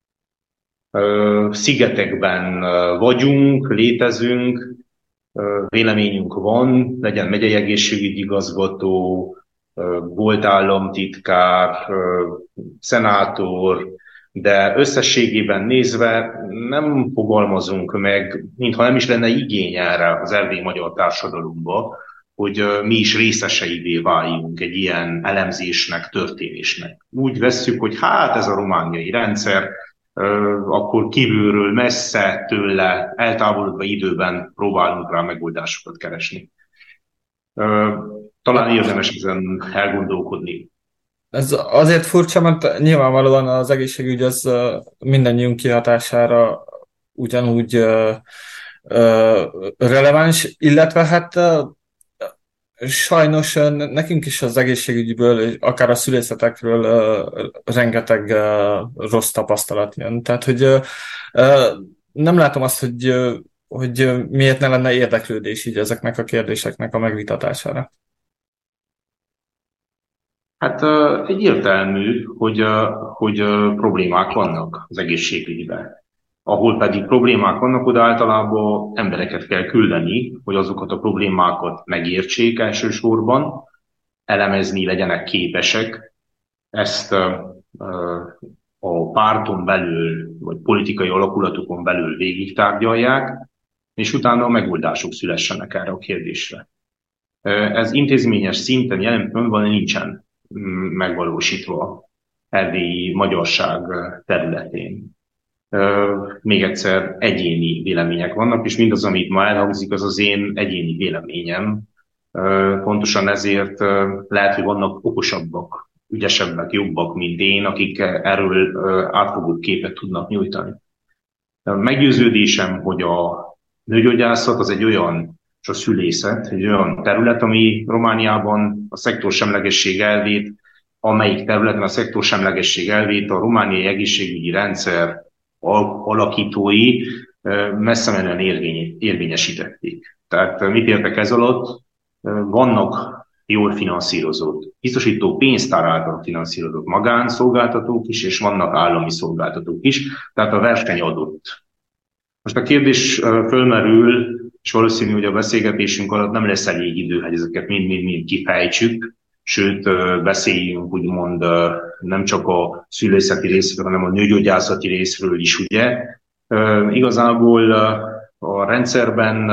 Szigetekben vagyunk, létezünk, véleményünk van, legyen megyei egészségügyi igazgató, volt államtitkár, szenátor, de összességében nézve nem fogalmazunk meg, mintha nem is lenne igény erre az erdélyi magyar társadalomba, hogy mi is részeseivé váljunk egy ilyen elemzésnek, történésnek. Úgy vesszük, hogy hát ez a romániai rendszer, akkor kívülről messze tőle, eltávolodva időben próbálunk rá megoldásokat keresni. Talán érdemes ezen elgondolkodni. Ez azért furcsa, mert nyilvánvalóan az egészségügy az mindannyiunk kihatására ugyanúgy ö, ö, releváns, illetve hát ö, sajnos ö, nekünk is az egészségügyből, akár a szülészetekről ö, rengeteg ö, rossz tapasztalat jön. Tehát, hogy ö, ö, nem látom azt, hogy, ö, hogy miért ne lenne érdeklődés így ezeknek a kérdéseknek a megvitatására. Hát ö, egyértelmű, hogy, ö, hogy ö, problémák vannak az egészségügyben. Ahol pedig problémák vannak, oda általában embereket kell küldeni, hogy azokat a problémákat megértsék elsősorban, elemezni legyenek képesek. Ezt ö, ö, a párton belül, vagy politikai alakulatokon belül végigtárgyalják, és utána a megoldások szülessenek erre a kérdésre. Ö, Ez intézményes szinten jelen pillanatban nincsen mm, megvalósítva erdélyi magyarság területén. Ö, Még egyszer egyéni vélemények vannak, és mindaz, amit ma elhangzik, az az én egyéni véleményem. Ö, Pontosan ezért ö, lehet, hogy vannak okosabbak, ügyesebbek, jobbak, mint én, akik erről ö, átfogó képet tudnak nyújtani. Ö, Meggyőződésem, hogy a nőgyógyászat az egy olyan, és a szülészet egy olyan terület, ami Romániában a szektorsemlegesség elvét, amelyik területen a szektorsemlegesség elvét a romániai egészségügyi rendszer alakítói messze menően érvényesítették. Tehát mit értek ez alatt? Vannak jól finanszírozott, biztosító pénztár által finanszírozott magánszolgáltatók is, és vannak állami szolgáltatók is, tehát a verseny adott. Most a kérdés fölmerül, és valószínű, hogy a beszélgetésünk alatt nem lesz elég idő, hogy ezeket mind-mind-mind kifejtsük, sőt, beszéljünk úgymond nem csak a szülészeti részről, hanem a nőgyógyászati részről is, ugye. Igazából a rendszerben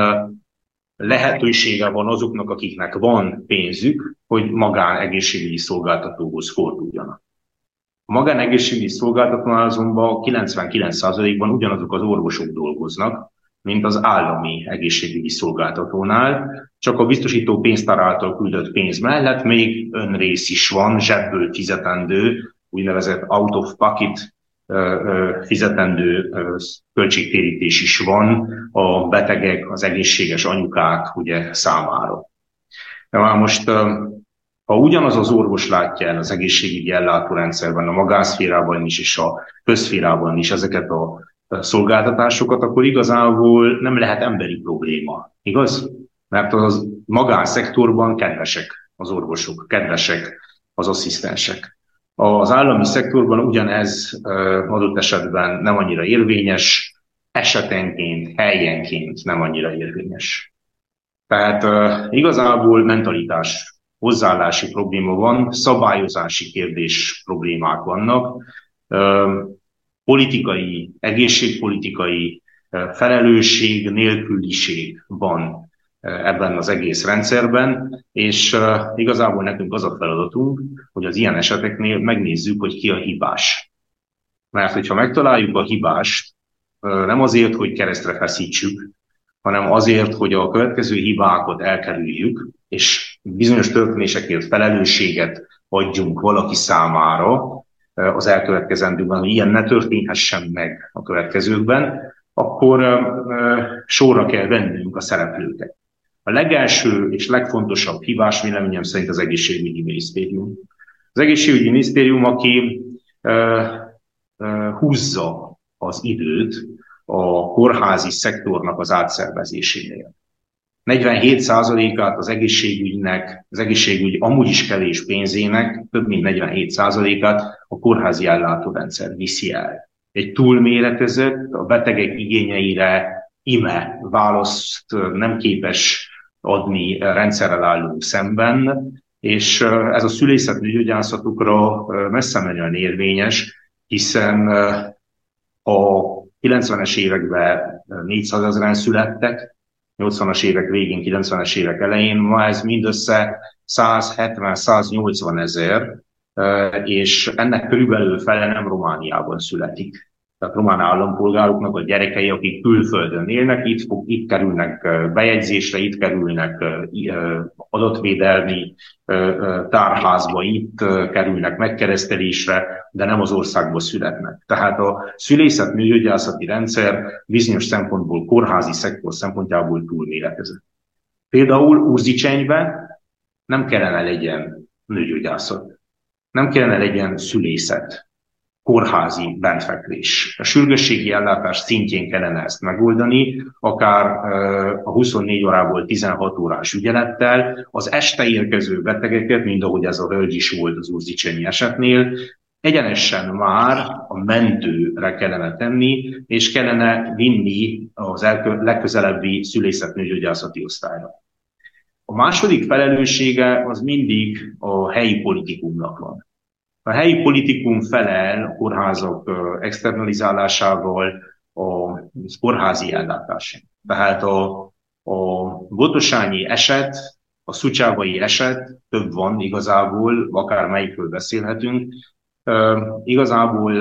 lehetősége van azoknak, akiknek van pénzük, hogy magánegészségügyi szolgáltatóhoz forduljanak. A magánegészségügyi szolgáltatónál azonban kilencvenkilenc százalékban ugyanazok az orvosok dolgoznak, mint az állami egészségügyi szolgáltatónál, csak a biztosító pénztár által küldött pénz mellett még önrész is van, zsebből fizetendő, úgynevezett out of pocket fizetendő költségtérítés is van a betegek, az egészséges anyukák ugye, számára. De már most, ha ugyanaz az orvos látja el az egészségügyi ellátórendszerben, a magánszférában is és a közszférában is ezeket a szolgáltatásokat, akkor igazából nem lehet emberi probléma, igaz? Mert az magánszektorban kedvesek az orvosok, kedvesek az asszisztensek. Az állami szektorban ugyanez adott esetben nem annyira érvényes, esetenként, helyenként nem annyira érvényes. Tehát igazából mentalitás, hozzáállási probléma van, szabályozási kérdés problémák vannak, politikai, egészségpolitikai felelősség, nélküliség van ebben az egész rendszerben, és igazából nekünk az a feladatunk, hogy az ilyen eseteknél megnézzük, hogy ki a hibás. Mert hogyha megtaláljuk a hibást, nem azért, hogy keresztre feszítsük, hanem azért, hogy a következő hibákat elkerüljük, és bizonyos történésekért felelősséget adjunk valaki számára az elkövetkezendőben, hogy ilyen ne történhessen meg a következőkben, akkor sorra kell vennünk a szereplőket. A legelső és legfontosabb hibás véleményem szerint az egészségügyi minisztérium. Az egészségügyi minisztérium, aki uh, uh, húzza az időt a kórházi szektornak az átszervezésénél. negyvenhét százalékát az egészségügynek, az egészségügy amúgy is kevés pénzének, több mint negyvenhét százalékát a kórházi ellátórendszer viszi el. Egy túlméretezett, a betegek igényeire ime választ nem képes adni rendszerrel állunk szemben, és ez a szülészet nőgyógyászatokra messze menően érvényes, hiszen a kilencvenes években négyszázezren születtek, nyolcvanas évek végén, kilencvenes évek elején, ma ez mindössze százhetven-száznyolcvan ezer, és ennek körülbelül fele nem Romániában születik. tehát román állampolgároknak a gyerekei, akik külföldön élnek, itt, fog, itt kerülnek bejegyzésre, itt kerülnek adatvédelmi tárházba, itt kerülnek megkeresztelésre, de nem az országba születnek. Tehát a szülészet-nőgyógyászati rendszer bizonyos szempontból, kórházi szektor szempontjából túlméretezett. Például Urzicsenyben nem kellene legyen nőgyógyászat, nem kellene legyen szülészet, kórházi bentfekvés. A sürgősségi ellátás szintjén kellene ezt megoldani, akár a huszonnégy órából tizenhat órás ügyelettel, az este érkező betegeket, mint ahogy ez a hölgy is volt az urzicsenyi esetnél, egyenesen már a mentőre kellene tenni, és kellene vinni az legközelebbi szülészet-nőgyógyászati osztályra. A második felelőssége az mindig a helyi politikumnak van. A helyi politikum felel a kórházak externalizálásával a kórházi ellátásán. Tehát a, a botosányi eset, a szucsávai eset, több van igazából, akár melyikről beszélhetünk, igazából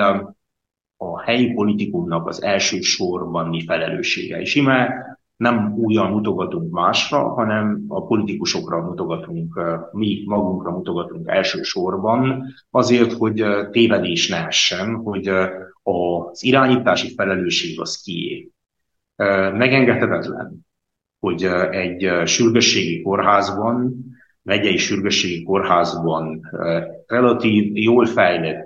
a helyi politikumnak az első sorban felelőssége. És ime nem újra mutogatunk másra, hanem a politikusokra mutogatunk, mi magunkra mutogatunk elsősorban, azért, hogy tévedés ne essen, hogy az irányítási felelősség az kié. Megengedhetetlen, hogy egy sürgősségi kórházban, megyei sürgősségi kórházban, relatív jól fejlett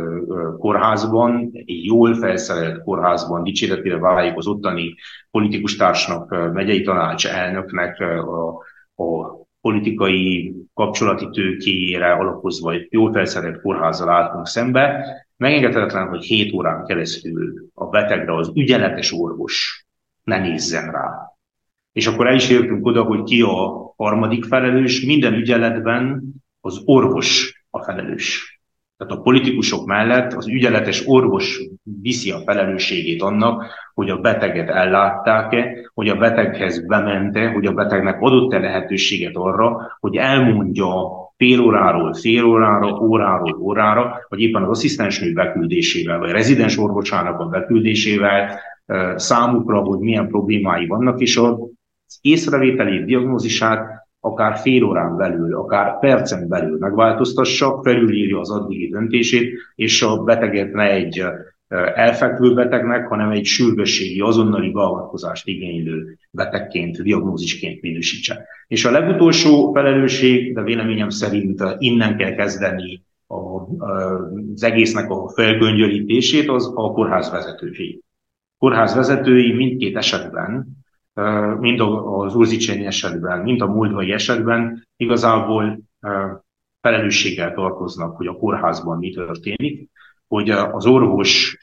kórházban, egy jól felszerelt kórházban dicséretére váljuk az ottani politikustársnak, megyei tanács elnöknek a, a politikai kapcsolati tőkéjére alapozva egy jól felszerelt kórházzal álltunk szembe. Megengedhetetlen, hogy hét órán keresztül a betegre az ügyeletes orvos ne nézzen rá. És akkor el is értünk oda, hogy ki a harmadik felelős, minden ügyeletben az orvos a felelős. Tehát a politikusok mellett az ügyeletes orvos viszi a felelősségét annak, hogy a beteget ellátták-e, hogy a beteghez bemente, hogy a betegnek adott-e lehetőséget arra, hogy elmondja fél óráról fél órára, óráról órára, vagy éppen az asszisztensnő beküldésével, vagy rezidens orvosának a beküldésével számukra, hogy milyen problémái vannak, és az észrevételét, diagnózisát akár fél órán belül, akár percen belül megváltoztassa, felülírja az addigi döntését, és a beteget ne egy elfekvő betegnek, hanem egy sürgősségi, azonnali beavatkozást igénylő betegként, diagnózisként minősítse. És a legutolsó felelősség, de véleményem szerint innen kell kezdeni a, az egésznek a felgöngyölítését, az a kórház vezetői. Kórház vezetői mindkét esetben, mind az urzicsenyi esetben, mind a moldvai esetben igazából felelősséggel tartoznak, hogy a kórházban mi történik, hogy az orvos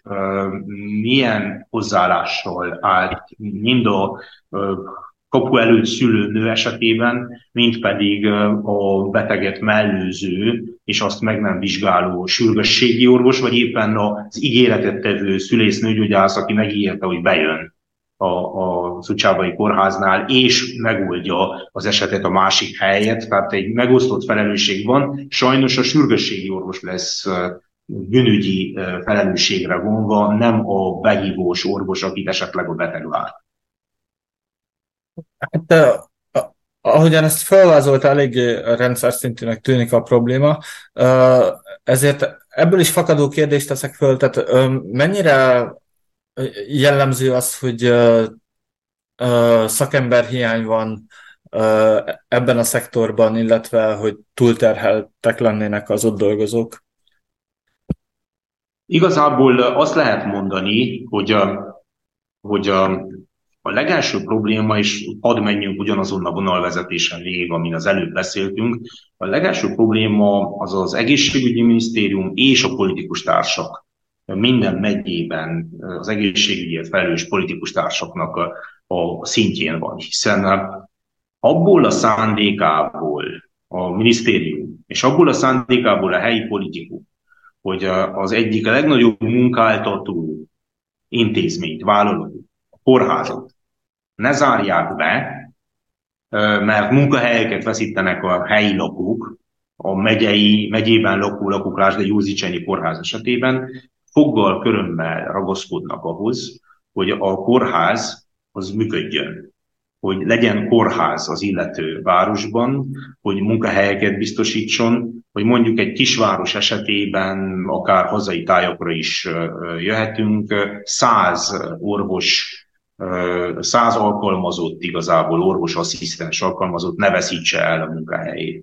milyen hozzáállással állt mind a kapu előtt szülő nő esetében, mint pedig a beteget mellőző és azt meg nem vizsgáló sürgősségi orvos, vagy éppen az ígéretet tevő szülész-nőgyógyász, aki megígérte, hogy bejön a, a Szucsávai kórháznál, és megoldja az esetet a másik helyet, tehát egy megosztott felelősség van. Sajnos a sürgősségi orvos lesz bűnügyi felelősségre vonva, nem a behívós orvos, akit esetleg a beteg vár. Hát, ahogyan ezt felvázolt, elég rendszer szintűnek tűnik a probléma, ezért ebből is fakadó kérdést teszek föl, tehát mennyire jellemző az, hogy szakemberhiány van ebben a szektorban, illetve hogy túlterheltek lennének az ott dolgozók? Igazából azt lehet mondani, hogy, hogy a legelső probléma, és hadd menjünk ugyanazon a vonalvezetésen végig, amin az előbb beszéltünk, a legelső probléma az az egészségügyi minisztérium és a politikus társak. Minden megyében az egészségügyért felelős politikus társaknak a, a szintjén van, hiszen abból a szándékából a minisztérium, és abból a szándékából a helyi politikum, hogy az egyik legnagyobb munkáltató intézményt, vállalatot, a kórházat ne zárják be, mert munkahelyeket veszítenek a helyi lakók, a megyei, megyében lakó lakók, lásd a Józsicsenyi kórház esetében, foggal, körömmel ragaszkodnak ahhoz, hogy a kórház az működjön, hogy legyen kórház az illető városban, hogy munkahelyeket biztosítson, hogy mondjuk egy kisváros esetében akár hazai tájakra is jöhetünk, száz orvos, száz alkalmazott, igazából orvosasszisztens alkalmazott ne veszítse el a munkahelyét.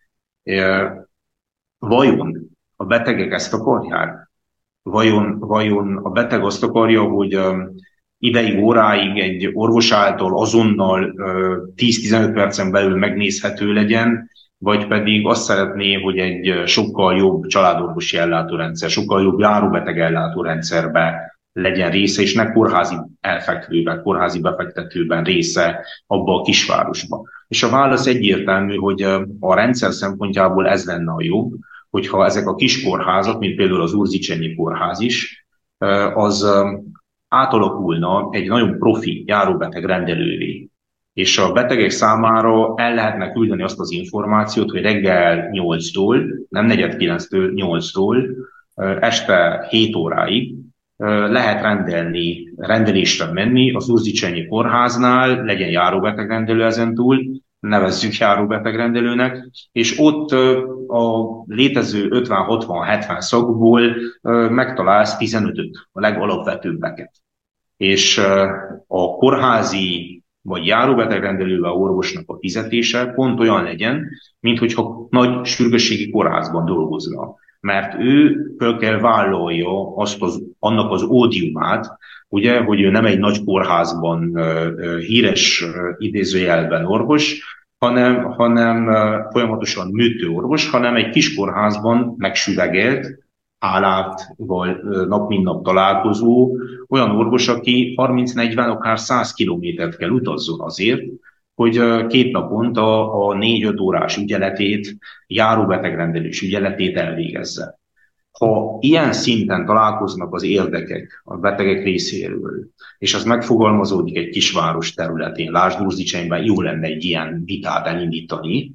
Vajon a betegek ezt akarják? Vajon, vajon a beteg azt akarja, hogy ideig, óráig egy orvos által azonnal tíz-tizenöt percen belül megnézhető legyen, vagy pedig azt szeretné, hogy egy sokkal jobb családorvosi ellátórendszer, sokkal jobb járóbeteg ellátórendszerbe legyen része, és ne kórházi elfekvőben, kórházi befektetőben része abba a kisvárosba. És a válasz egyértelmű, hogy a rendszer szempontjából ez lenne a jobb, hogyha ezek a kis kórházak, mint például az Urzicsenyi kórház is, az átalakulna egy nagyon profi járóbeteg rendelővé. És a betegek számára el lehetne küldeni azt az információt, hogy reggel nyolctól, nem negyed kilenctől, nyolctól, este hét óráig lehet rendelni, rendelésre menni az Urzicsenyi kórháznál, legyen járóbetegrendelő ezentúl, nevezzük járóbetegrendelőnek, és ott a létező ötven, hatvan, hetven szakból megtalálsz tizenötöt, a legalapvetőbbeket. És a kórházi vagy járóbetegrendelővel orvosnak a fizetése pont olyan legyen, mint hogyha nagy sürgősségi kórházban dolgozna. Mert ő föl kell vállalja azt az, annak az ódiumát, ugye, hogy ő nem egy nagy kórházban híres idézőjelben orvos, hanem, hanem folyamatosan műtő orvos, hanem egy kis kórházban megsüvegelt, állátval nap mint nap találkozó, olyan orvos, aki harminc-negyven, akár száz kilométert kell utazzon azért, hogy két naponta a négy-öt órás ügyeletét, járóbetegrendelés ügyeletét elvégezze. Ha ilyen szinten találkoznak az érdekek a betegek részéről, és az megfogalmazódik egy kisváros területén, lásd Urzicsenyben, jó lenne egy ilyen vitát elindítani,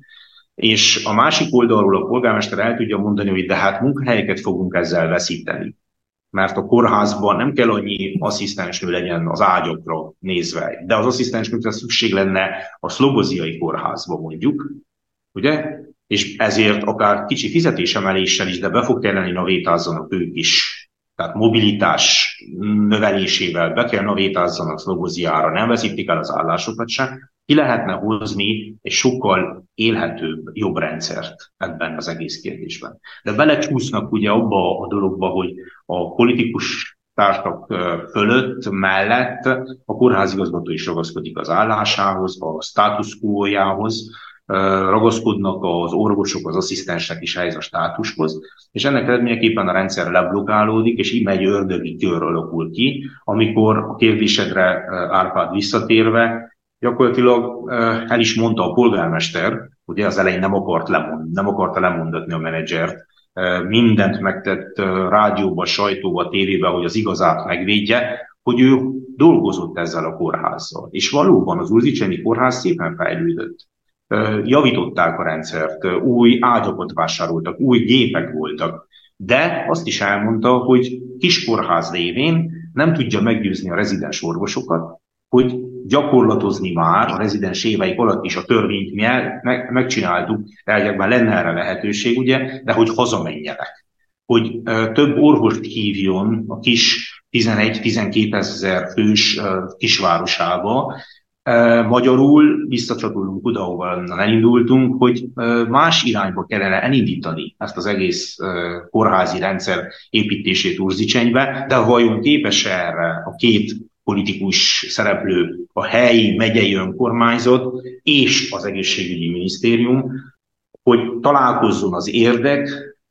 és a másik oldalról a polgármester el tudja mondani, hogy de hát munkahelyeket fogunk ezzel veszíteni. Mert a kórházban nem kell annyi asszisztensnő legyen az ágyakra nézve, de az asszisztensnőkre szükség lenne a szlogoziai kórházba mondjuk, ugye? És ezért akár kicsi fizetésemeléssel is, de be fog kelleni navétázzanak ők is. Tehát mobilitás növelésével be kell navétázzanak szlogoziára, nem veszítik el az állásokat se. Ki lehetne hozni egy sokkal élhetőbb, jobb rendszert ebben az egész kérdésben. De belecsúsznak ugye abba a dologba, hogy a politikus társak fölött, mellett a kórházigazgató is ragaszkodik az állásához, a status quo-jához, ragaszkodnak az orvosok, az asszisztensek is ehhez a státushoz, és ennek eredményeképpen a rendszer leblokálódik, és így megy ördögi kör alakul ki, amikor a kérdésedre, Árpád, visszatérve, gyakorlatilag el is mondta a polgármester, ugye az elején nem akart lemond, nem akarta lemondatni a menedzsert, mindent megtett rádióba, sajtóba, tévébe, hogy az igazát megvédje, hogy ő dolgozott ezzel a kórházzal. És valóban az Urzicsenyi kórház szépen fejlődött. Javították a rendszert, új ágyakat vásároltak, új gépek voltak, de azt is elmondta, hogy kis kórház lévén nem tudja meggyőzni a rezidens orvosokat, hogy gyakorlatozni már a rezidens éveik alatt is a törvényt mi el, meg, megcsináltuk, elgyekben lenne erre lehetőség, ugye, de hogy hazamenjenek. Hogy uh, több orvost hívjon a kis tizenegy-tizenkétezer fős uh, kisvárosába. Uh, magyarul visszacsatolunk oda, ahol elindultunk, hogy uh, más irányba kellene elindítani ezt az egész uh, kórházi rendszer építését Urzicsenybe, de vajon képes erre a két politikus szereplő, a helyi, megyei önkormányzat és az egészségügyi minisztérium, hogy találkozzon az érdek,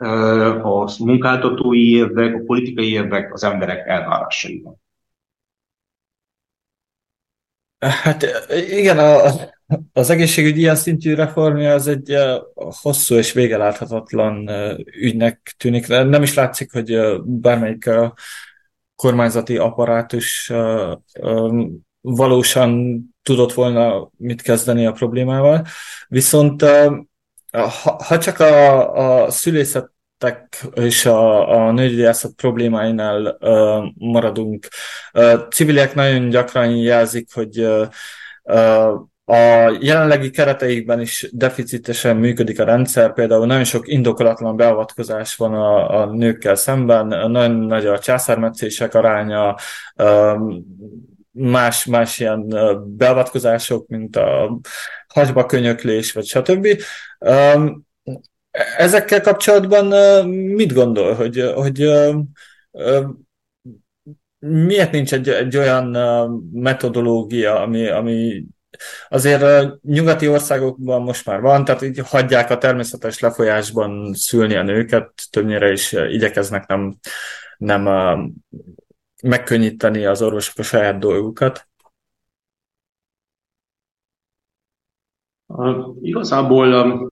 a munkáltatói érdek, a politikai érdek az emberek elvárásaival. Hát igen, a, az egészségügy ilyen szintű reformja az egy hosszú és végeláthatatlan ügynek tűnik. Nem is látszik, hogy bármelyik kormányzati apparátus valósan tudott volna mit kezdeni a problémával. Viszont ha csak a, a szülészet és a, a nőgyógyászat problémáinál uh, maradunk. Uh, civilek nagyon gyakran jelzik, hogy uh, uh, a jelenlegi kereteikben is deficitesen működik a rendszer, például nagyon sok indokolatlan beavatkozás van a, a nőkkel szemben, nagyon nagy a császármetszések aránya, uh, más, más ilyen beavatkozások, mint a hagyba könyöklés, vagy stb. Um, Ezekkel kapcsolatban mit gondol, hogy, hogy miért nincs egy, egy olyan metodológia, ami, ami azért nyugati országokban most már van, tehát így hagyják a természetes lefolyásban szülni a nőket, többnyire is igyekeznek nem, nem megkönnyíteni az orvosok a saját dolgukat. Uh, igazából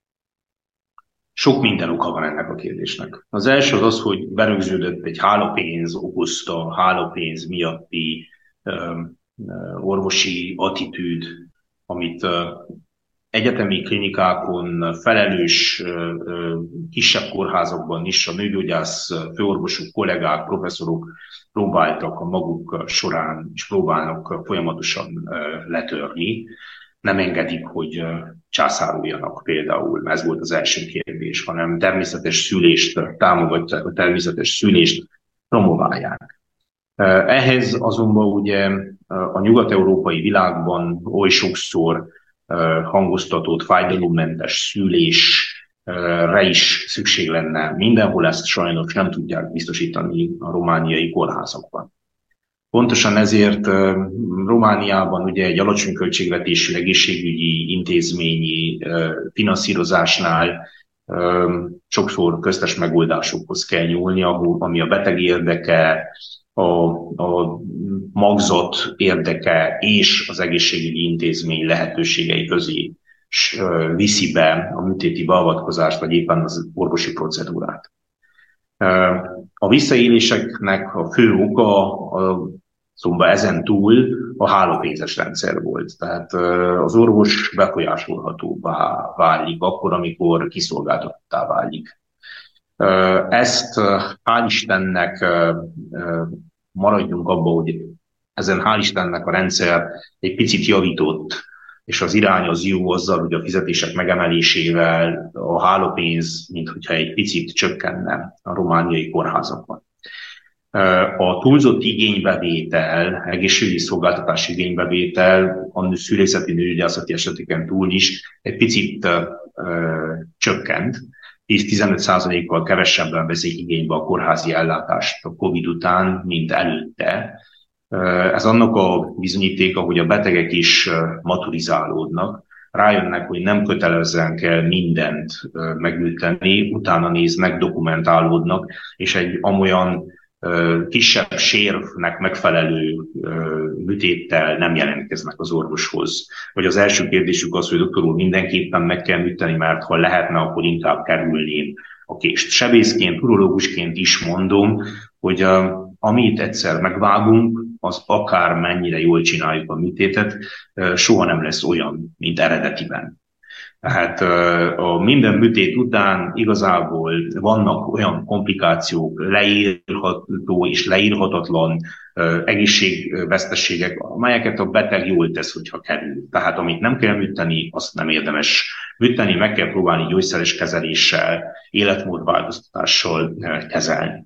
sok minden oka van ennek a kérdésnek. Az első az az, hogy berögződött egy hálapénz okozta, hálapénz miatti uh, orvosi attitűd, amit uh, egyetemi klinikákon, felelős uh, kisebb kórházakban is a nőgyógyász főorvosok, kollégák, professzorok próbáltak a maguk során, és próbálnak folyamatosan uh, letörni. Nem engedik, hogy császároljanak például, ez volt az első kérdés, hanem természetes szülést támogatják, a természetes szülést promoválják. Ehhez azonban ugye a nyugat-európai világban oly sokszor hangoztatott fájdalommentes szülésre is szükség lenne. Mindenhol ezt sajnos nem tudják biztosítani a romániai kórházakban. Pontosan ezért Romániában ugye egy alacsony költségvetésű egészségügyi intézményi finanszírozásnál sokszor köztes megoldásokhoz kell nyúlni, ami a beteg érdeke, a, a magzat érdeke és az egészségügyi intézmény lehetőségei közé viszi be a műtéti beavatkozást, vagy éppen az orvosi procedúrát. A visszaéléseknek a fő oka a Szóval ezen túl a hálapénzes rendszer volt. Tehát az orvos befolyásolhatóvá válik akkor, amikor kiszolgáltatottá válik. Ezt hál' Istennek maradjunk abba, hogy ezen hál' Istennek a rendszer egy picit javított, és az irány az jó azzal, hogy a fizetések megemelésével a hálapénz, minthogyha egy picit csökkenne a romániai kórházakban. A túlzott igénybevétel, egészségügyi szolgáltatási igénybevétel a szülészeti nőgyógyászati eseteken túl is egy picit ö, csökkent. tíz-tizenöt százalékkal kevesebben veszik igénybe a kórházi ellátást a Covid után, mint előtte. Ez annak a bizonyítéka, hogy a betegek is maturizálódnak, rájönnek, hogy nem kötelezően kell mindent megműteni, utána néznek, dokumentálódnak, és egy amolyan kisebb sérvnek megfelelő műtéttel nem jelentkeznek az orvoshoz. Vagy az első kérdésük az, hogy doktor úr, mindenképpen meg kell műteni, mert ha lehetne, akkor inkább kerülném a kést. Sebészként, urológusként is mondom, hogy amit egyszer megvágunk, az akár mennyire jól csináljuk a műtétet, soha nem lesz olyan, mint eredetiben. Tehát a minden műtét után igazából vannak olyan komplikációk, leírható és leírhatatlan egészségveszteségek, amelyeket a beteg jól tesz, hogyha kerül. Tehát amit nem kell műteni, azt nem érdemes műteni, meg kell próbálni gyógyszeres kezeléssel, életmódváltoztatással kezelni.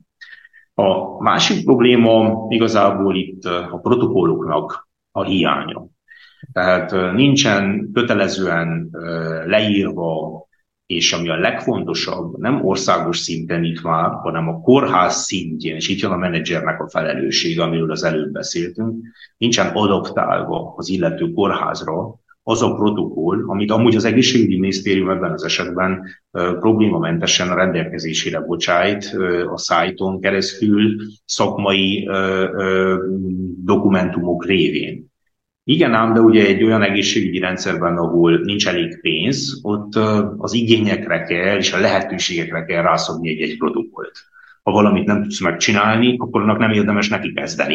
A másik probléma igazából itt a protokolloknak a hiánya. Tehát nincsen kötelezően leírva, és ami a legfontosabb, nem országos szinten itt már, hanem a kórház szintjén, és itt jön a menedzsernek a felelőssége, amiről az előbb beszéltünk, nincsen adaptálva az illető kórházra az a protokoll, amit amúgy az egészségügyi minisztérium ebben az esetben uh, problémamentesen a rendelkezésére bocsájt uh, a szájton keresztül szakmai uh, uh, dokumentumok révén. Igen ám, de ugye egy olyan egészségügyi rendszerben, ahol nincs elég pénz, ott uh, az igényekre kell és a lehetőségekre kell rászabni egy-egy protokollt. Ha valamit nem tudsz megcsinálni, akkor annak nem érdemes neki kezdeni,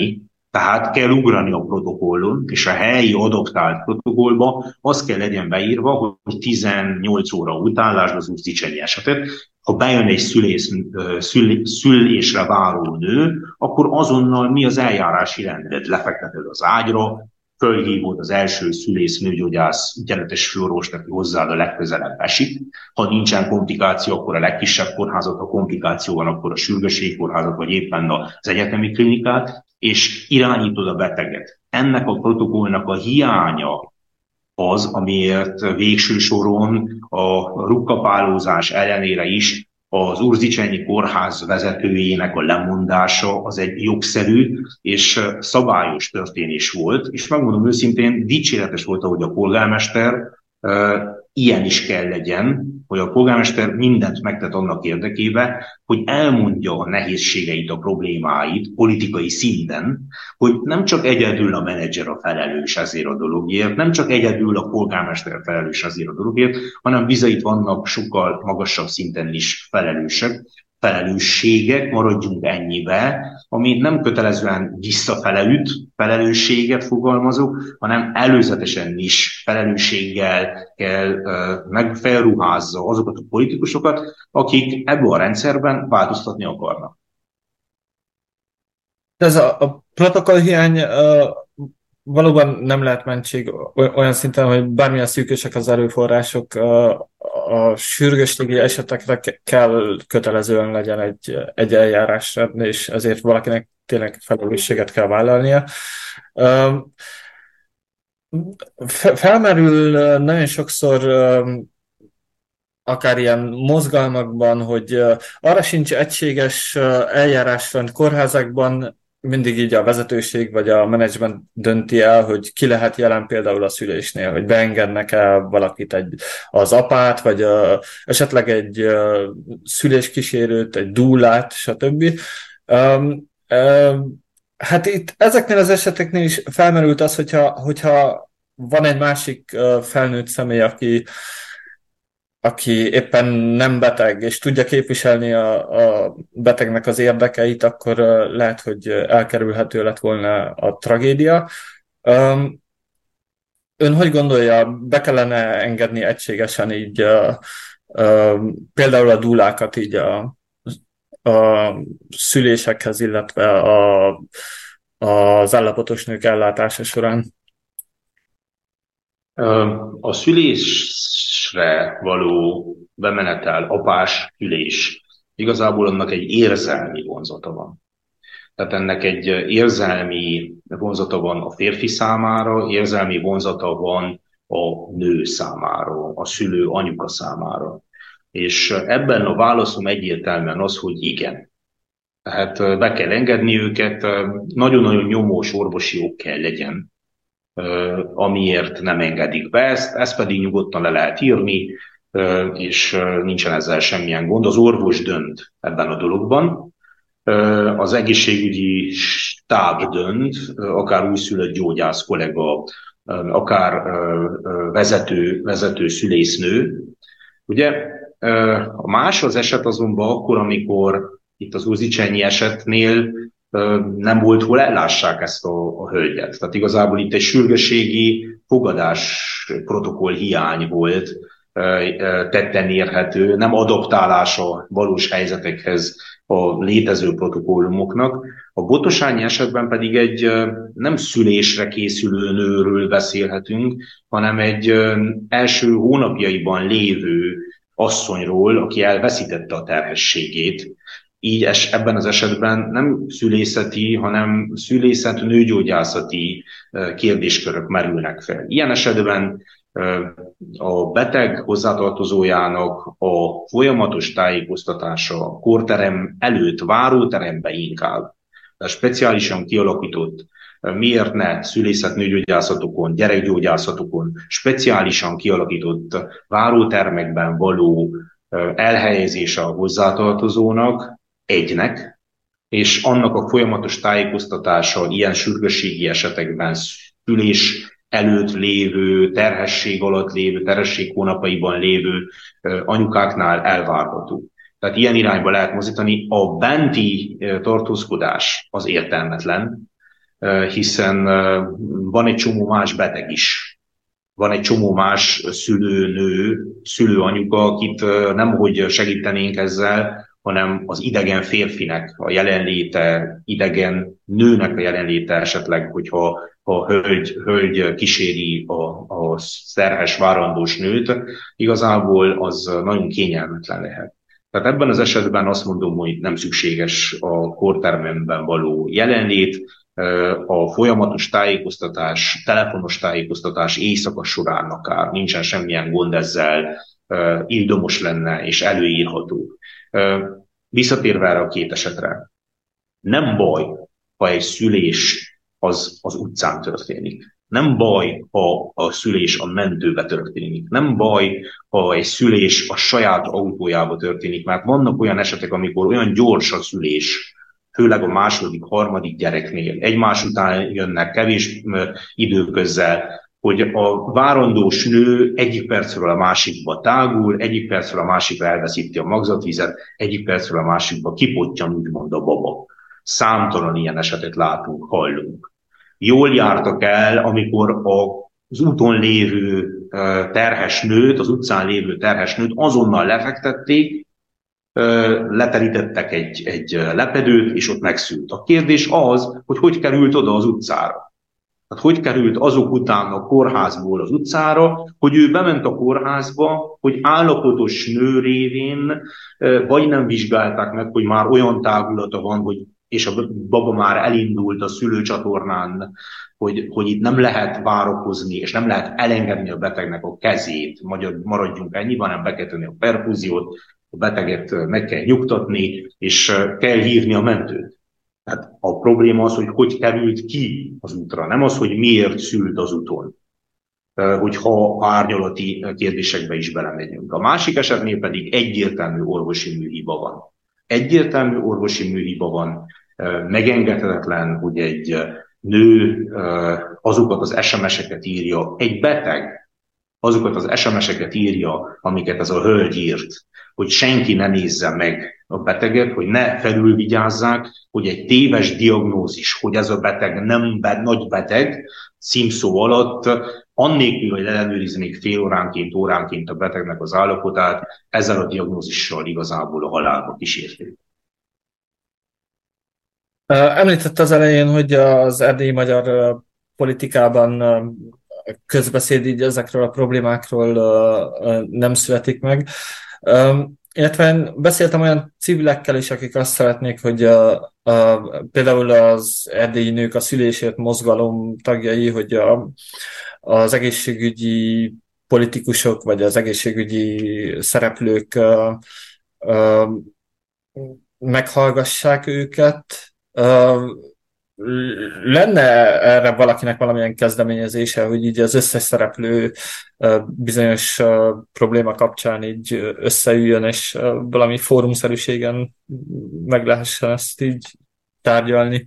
Tehát kell ugrani a protokollon, és a helyi adoptált protokollba az kell legyen beírva, hogy tizennyolc óra után, lásd az Urzicsenyi esetet, ha bejön egy szülész, szül, szülésre váró nő, akkor azonnal mi az eljárási rendet? Lefekteted az ágyra, fölhívod az első szülész nőgyógyász ügyeletes főorvost, aki hozzád a legközelebb esik. Ha nincsen komplikáció, akkor a legkisebb kórházat, ha komplikáció van, akkor a sürgősségkórházat, vagy éppen az egyetemi klinikát, és irányítod a beteget. Ennek a protokollnak a hiánya az, amiért végső soron a rukkapálózás ellenére is az Urzicsenyi kórház vezetőjének a lemondása az egy jogszerű és szabályos történés volt, és megmondom őszintén, dicséretes volt, ahogy a polgármester ilyen is kell legyen, hogy a polgármester mindent megtett annak érdekében, hogy elmondja a nehézségeit, a problémáit politikai szinten, hogy nem csak egyedül a menedzser a felelős ezért a dologért, nem csak egyedül a polgármester felelős ezért a dologért, hanem bizony itt vannak sokkal magasabb szinten is felelősek, felelősségek, maradjunk ennyibe, ami nem kötelezően visszafelelőt felelősséget fogalmazok, hanem előzetesen is felelősséggel kell uh, meg felruházza azokat a politikusokat, akik ebben a rendszerben változtatni akarnak. Ez a, a protokollhiány uh, valóban nem lehet mentség olyan szinten, hogy bármilyen szűkösek az erőforrások, uh, a sürgősségi esetekre kell kötelezően legyen egy, egy eljárásra, és ezért valakinek tényleg felelősséget kell vállalnia. Um, felmerül nagyon sokszor um, akár ilyen mozgalmakban, hogy uh, arra sincs egységes uh, eljárásrend kórházakban, mindig így a vezetőség vagy a menedzsment dönti el, hogy ki lehet jelen például a szülésnél, hogy beengednek el valakit, egy, az apát, vagy uh, esetleg egy uh, szüléskísérőt, egy dúlát, stb. Um, um, hát itt ezeknél az eseteknél is felmerült az, hogyha, hogyha van egy másik uh, felnőtt személy, aki aki éppen nem beteg, és tudja képviselni a, a betegnek az érdekeit, akkor uh, lehet, hogy elkerülhető lett volna a tragédia. Um, ön hogy gondolja, be kellene engedni egységesen így uh, uh, például a dúlákat így a, a szülésekhez, illetve a, az állapotos nők ellátása során? A szülésre való bemenetel, apás szülés, igazából annak egy érzelmi vonzata van. Tehát ennek egy érzelmi vonzata van a férfi számára, érzelmi vonzata van a nő számára, a szülő anyuka számára. És ebben a válaszom egyértelműen az, hogy igen. Tehát be kell engedni őket, nagyon-nagyon nyomós orvosi ok kell legyen, amiért nem engedik be ezt, ezt pedig nyugodtan le lehet írni, és nincsen ezzel semmilyen gond. Az orvos dönt ebben a dologban, az egészségügyi stáb dönt, akár újszülött gyógyász kollega, akár vezető, vezető szülésznő. Ugye a más az eset azonban akkor, amikor itt az Urzicsenyi esetnél nem volt, hol ellássák ezt a, a hölgyet. Tehát igazából itt egy sürgősségi fogadás protokoll hiány volt tetten érhető, nem adaptálása valós helyzetekhez a létező protokollumoknak. A Botosányi esetben pedig egy nem szülésre készülő nőről beszélhetünk, hanem egy első hónapjaiban lévő asszonyról, aki elveszítette a terhességét. Így es, ebben az esetben nem szülészeti, hanem szülészet nőgyógyászati kérdéskörök merülnek fel. Ilyen esetben a beteg hozzátartozójának a folyamatos tájékoztatása a kórterem előtt, váróterembe inkább, tehát speciálisan kialakított, miért ne szülészet nőgyógyászatokon, gyerekgyógyászatokon, speciálisan kialakított várótermekben való elhelyezése a hozzátartozónak, egynek, és annak a folyamatos tájékoztatása ilyen sürgősségi esetekben szülés előtt lévő, terhesség alatt lévő, terhesség hónapaiban lévő anyukáknál elvárható. Tehát ilyen irányba lehet mozdítani. A benti tartózkodás az értelmetlen, hiszen van egy csomó más beteg is. Van egy csomó más szülőnő, szülőanyuka, akit nem hogy segítenénk ezzel, hanem az idegen férfinek a jelenléte, idegen nőnek a jelenléte esetleg, hogyha a hölgy, hölgy kíséri a, a szerhes várandós nőt, igazából az nagyon kényelmetlen lehet. Tehát ebben az esetben azt mondom, hogy nem szükséges a kórtermemben való jelenlét, a folyamatos tájékoztatás, telefonos tájékoztatás éjszaka során akár, nincsen semmilyen gond ezzel, ildomos lenne és előírható. Visszatérve erre a két esetre, nem baj, ha egy szülés az az utcán történik. Nem baj, ha a szülés a mentőbe történik. Nem baj, ha egy szülés a saját autójába történik, mert vannak olyan esetek, amikor olyan gyors a szülés, főleg a második, harmadik gyereknél, egymás után jönnek kevés időközzel, hogy a várandós nő egyik percről a másikba tágul, egyik percről a másikra elveszíti a magzatvizet, egyik percről a másikba kipottyan úgymond a baba. Számtalan ilyen esetet látunk, hallunk. Jól jártak el, amikor az úton lévő terhes nőt, az utcán lévő terhes nőt azonnal lefektették, leterítettek egy, egy lepedőt, és ott megszült. A kérdés az, hogy hogy került oda az utcára. Tehát hogy került azok után a kórházból az utcára, hogy ő bement a kórházba, hogy állapotos nő révén vagy nem vizsgálták meg, hogy már olyan tágulata van, hogy és a baba már elindult a szülőcsatornán, hogy, hogy itt nem lehet várakozni, és nem lehet elengedni a betegnek a kezét, maradjunk ennyiben, hanem be kell tenni a perfúziót, a beteget meg kell nyugtatni, és kell hívni a mentőt. Tehát a probléma az, hogy hogy került ki az útra, nem az, hogy miért szült az úton, hogyha árnyalati kérdésekbe is belemegyünk. A másik esetnél pedig egyértelmű orvosi műhiba van. Egyértelmű orvosi műhiba van, megengedhetetlen, hogy egy nő azokat az es em es-eket írja, egy beteg azokat az es em es-eket írja, amiket ez a hölgy írt, hogy senki ne nézze meg a beteget, hogy ne felülvigyázzák, hogy egy téves diagnózis, hogy ez a beteg nem be, nagy beteg, címszó alatt, annélkül, hogy ellenőriznék fél óránként, óránként a betegnek az állapotát, ezzel a diagnózissal igazából a halálba kísérték. Említett az elején, hogy az erdélyi magyar politikában közbeszéd így ezekről a problémákról nem születik meg. Illetve beszéltem olyan civilekkel is, akik azt szeretnék, hogy a, a, például az erdélyi nők a szülésért mozgalom tagjai, hogy a, az egészségügyi politikusok vagy az egészségügyi szereplők a, a, meghallgassák őket. A, lenne erre valakinek valamilyen kezdeményezése, hogy így az összes szereplő bizonyos probléma kapcsán így összeüljön, és valami fórumszerűségen meg lehessen ezt így tárgyalni?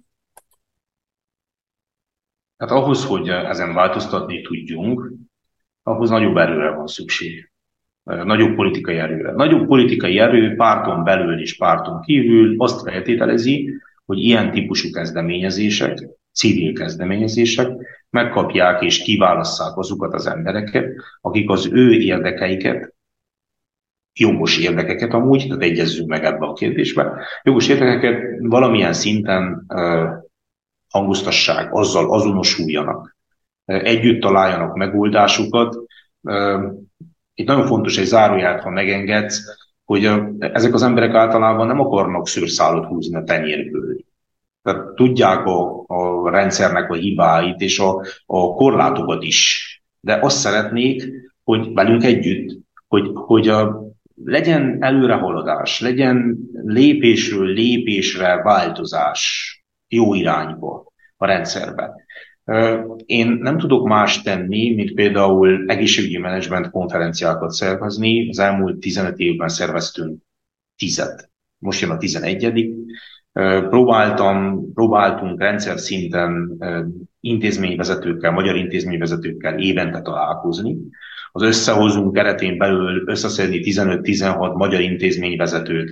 Hát ahhoz, hogy ezen változtatni tudjunk, ahhoz nagyobb erőre van szükség. Nagyobb politikai erőre. Nagyobb politikai erő párton belül és párton kívül azt feltételezi, hogy ilyen típusú kezdeményezések, civil kezdeményezések megkapják és kiválasszák azokat az embereket, akik az ő érdekeiket, jogos érdekeket amúgy, tehát egyezzünk meg ebbe a kérdésbe, jogos érdekeket valamilyen szinten uh, hangoztassák, azzal azonosuljanak, uh, együtt találjanak megoldásukat. Uh, itt nagyon fontos egy záróját, ha megengedsz, hogy a, ezek az emberek általában nem akarnak szőrszálat húzni a tenyérből. Tehát tudják a, a rendszernek a hibáit és a, a korlátokat is. De azt szeretnék, hogy velünk együtt, hogy, hogy a, legyen előrehaladás, legyen lépésről lépésre változás jó irányba a rendszerben. Én nem tudok más tenni, mint például egészségügyi menedzsment konferenciákat szervezni. Az elmúlt tizenöt évben szerveztünk tízet. Most jön a tizenegyedik. Próbáltam, próbáltunk rendszer szinten intézményvezetőkkel, magyar intézményvezetőkkel évente találkozni. Az összehozunk keretén belül összeszedni tizenöt-tizenhat magyar intézményvezetőt,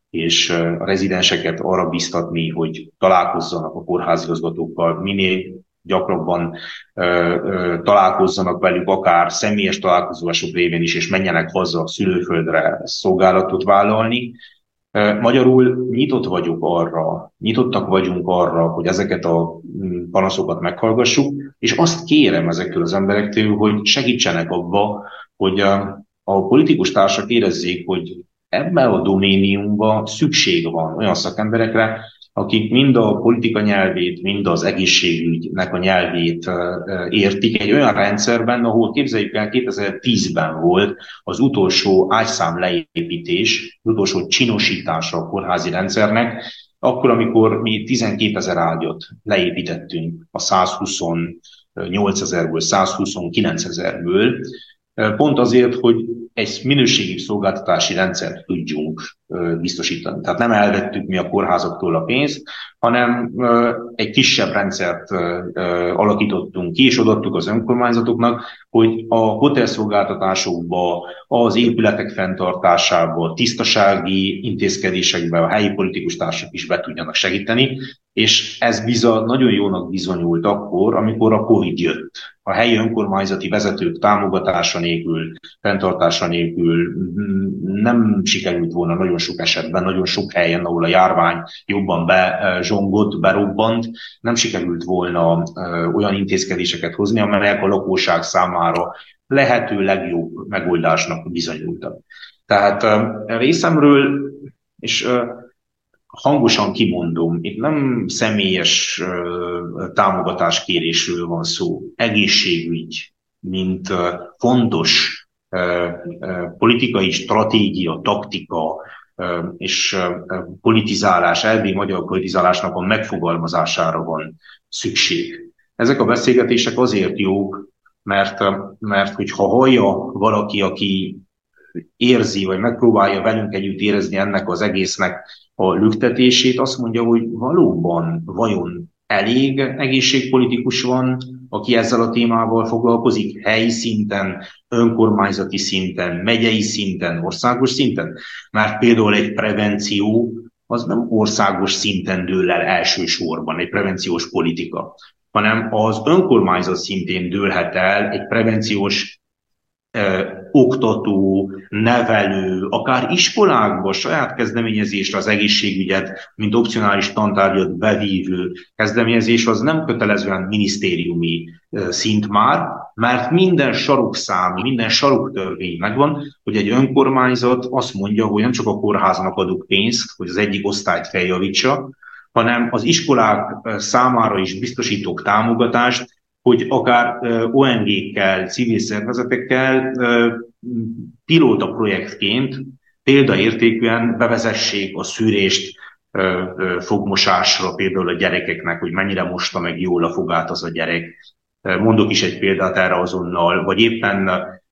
és a rezidenseket arra biztatni, hogy találkozzanak a kórházigazgatókkal, minél gyakrabban ö, ö, találkozzanak velük, akár személyes találkozások révén is, és menjenek haza a szülőföldre szolgálatot vállalni. Magyarul nyitott vagyok arra, nyitottak vagyunk arra, hogy ezeket a panaszokat meghallgassuk, és azt kérem ezektől az emberektől, hogy segítsenek abba, hogy a, a politikus társak érezzék, hogy ebben a doméniumban szükség van olyan szakemberekre, akik mind a politika nyelvét, mind az egészségügynek a nyelvét értik egy olyan rendszerben, ahol képzeljük el, kétezer-tízben volt az utolsó ágyszám leépítés, az utolsó csinosítása a kórházi rendszernek, akkor, amikor mi tizenkétezer ágyat leépítettünk a százhuszonnyolcezerből, százhuszonkilencezerből, pont azért, hogy egy minőségi szolgáltatási rendszert tudjunk biztosítani. Tehát nem elvettük mi a kórházaktól a pénzt, hanem egy kisebb rendszert alakítottunk ki, és odaadtuk az önkormányzatoknak, hogy a hotelszolgáltatásokba, az épületek fenntartásába, tisztasági intézkedésekbe a helyi politikus társak is be tudjanak segíteni, és ez bizony nagyon jónak bizonyult akkor, amikor a Covid jött. A helyi önkormányzati vezetők támogatása nélkül, fenntartása nélkül nem sikerült volna nagyon sok esetben, nagyon sok helyen, ahol a járvány jobban bezsongott, berobbant, nem sikerült volna olyan intézkedéseket hozni, amelyek a lakosság számára lehető legjobb megoldásnak bizonyultak. Tehát részemről, és hangosan kimondom, itt nem személyes uh, támogatáskérésről van szó. Egészségügy, mint uh, fontos uh, uh, politikai stratégia, taktika uh, és uh, politizálás, elvi magyar politizálásnak a megfogalmazására van szükség. Ezek a beszélgetések azért jók, mert, uh, mert hogyha hallja valaki, aki érzi, vagy megpróbálja velünk együtt érezni ennek az egésznek a lüktetését, azt mondja, hogy valóban vajon elég egészségpolitikus van, aki ezzel a témával foglalkozik helyi szinten, önkormányzati szinten, megyei szinten, országos szinten? Mert például egy prevenció az nem országos szinten dől el elsősorban, egy prevenciós politika, hanem az önkormányzat szintén dőlhet el egy prevenciós Ö, oktató, nevelő, akár iskolákban saját kezdeményezésre az egészségügyet, mint opcionális tantárgyat bevívő kezdeményezés, az nem kötelezően minisztériumi ö, szint már, mert minden sarokszám, minden saroktörvény megvan, hogy egy önkormányzat azt mondja, hogy nem csak a kórháznak adok pénzt, hogy az egyik osztályt feljavítsa, hanem az iskolák számára is biztosítok támogatást, hogy akár o en gé-kkel, civil szervezetekkel pilóta projektként példaértékűen bevezessék a szűrést fogmosásra például a gyerekeknek, hogy mennyire mosta meg jól a fogát az a gyerek. Mondok is egy példát erre azonnal, vagy éppen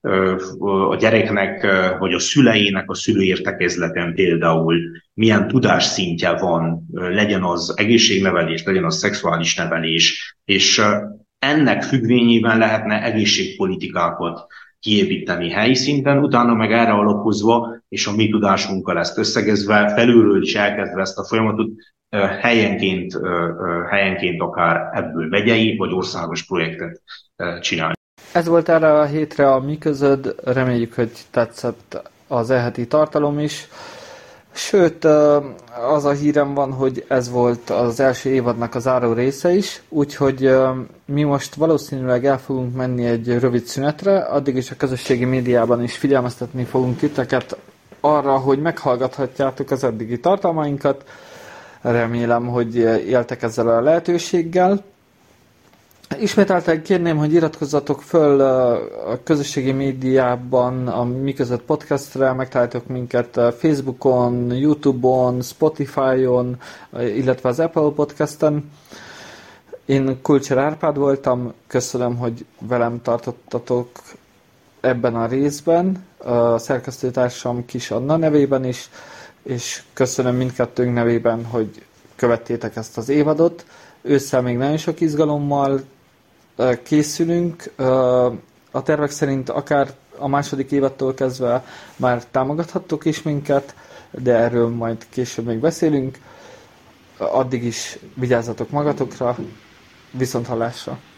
a gyereknek, vagy a szüleinek a szülőértekezleten például milyen tudásszintje van, legyen az egészségnevelés, legyen az szexuális nevelés, és ennek függvényében lehetne egészségpolitikákat kiépíteni helyi szinten, utána meg erre alapozva, és a mi tudásunkkal ezt összegezve, felülről is elkezdve ezt a folyamatot, helyenként, helyenként akár ebből megyei vagy országos projektet csinálni. Ez volt erre a hétre a Mi Közöd, reméljük, hogy tetszett az e-heti tartalom is. Sőt, az a hírem van, hogy ez volt az első évadnak a záró része is, úgyhogy mi most valószínűleg el fogunk menni egy rövid szünetre, addig is a közösségi médiában is figyelmeztetni fogunk titeket arra, hogy meghallgathatjátok az eddigi tartalmainkat. Remélem, hogy éltek ezzel a lehetőséggel. Ismételten kérném, hogy iratkozzatok föl a közösségi médiában a Mi Között podcastre, megtaláltok minket Facebookon, YouTube-on, Spotify-on, illetve az Apple Podcasten. Én Kulcsár Árpád voltam, köszönöm, hogy velem tartottatok ebben a részben, a szerkesztőtársam Kis Anna nevében is, és köszönöm mindkettőnk nevében, hogy követtétek ezt az évadot. Ősszel még nagyon sok izgalommal készülünk. A tervek szerint akár a második évattól kezdve már támogathattok is minket, de erről majd később még beszélünk. Addig is vigyázzatok magatokra, viszont hallásra!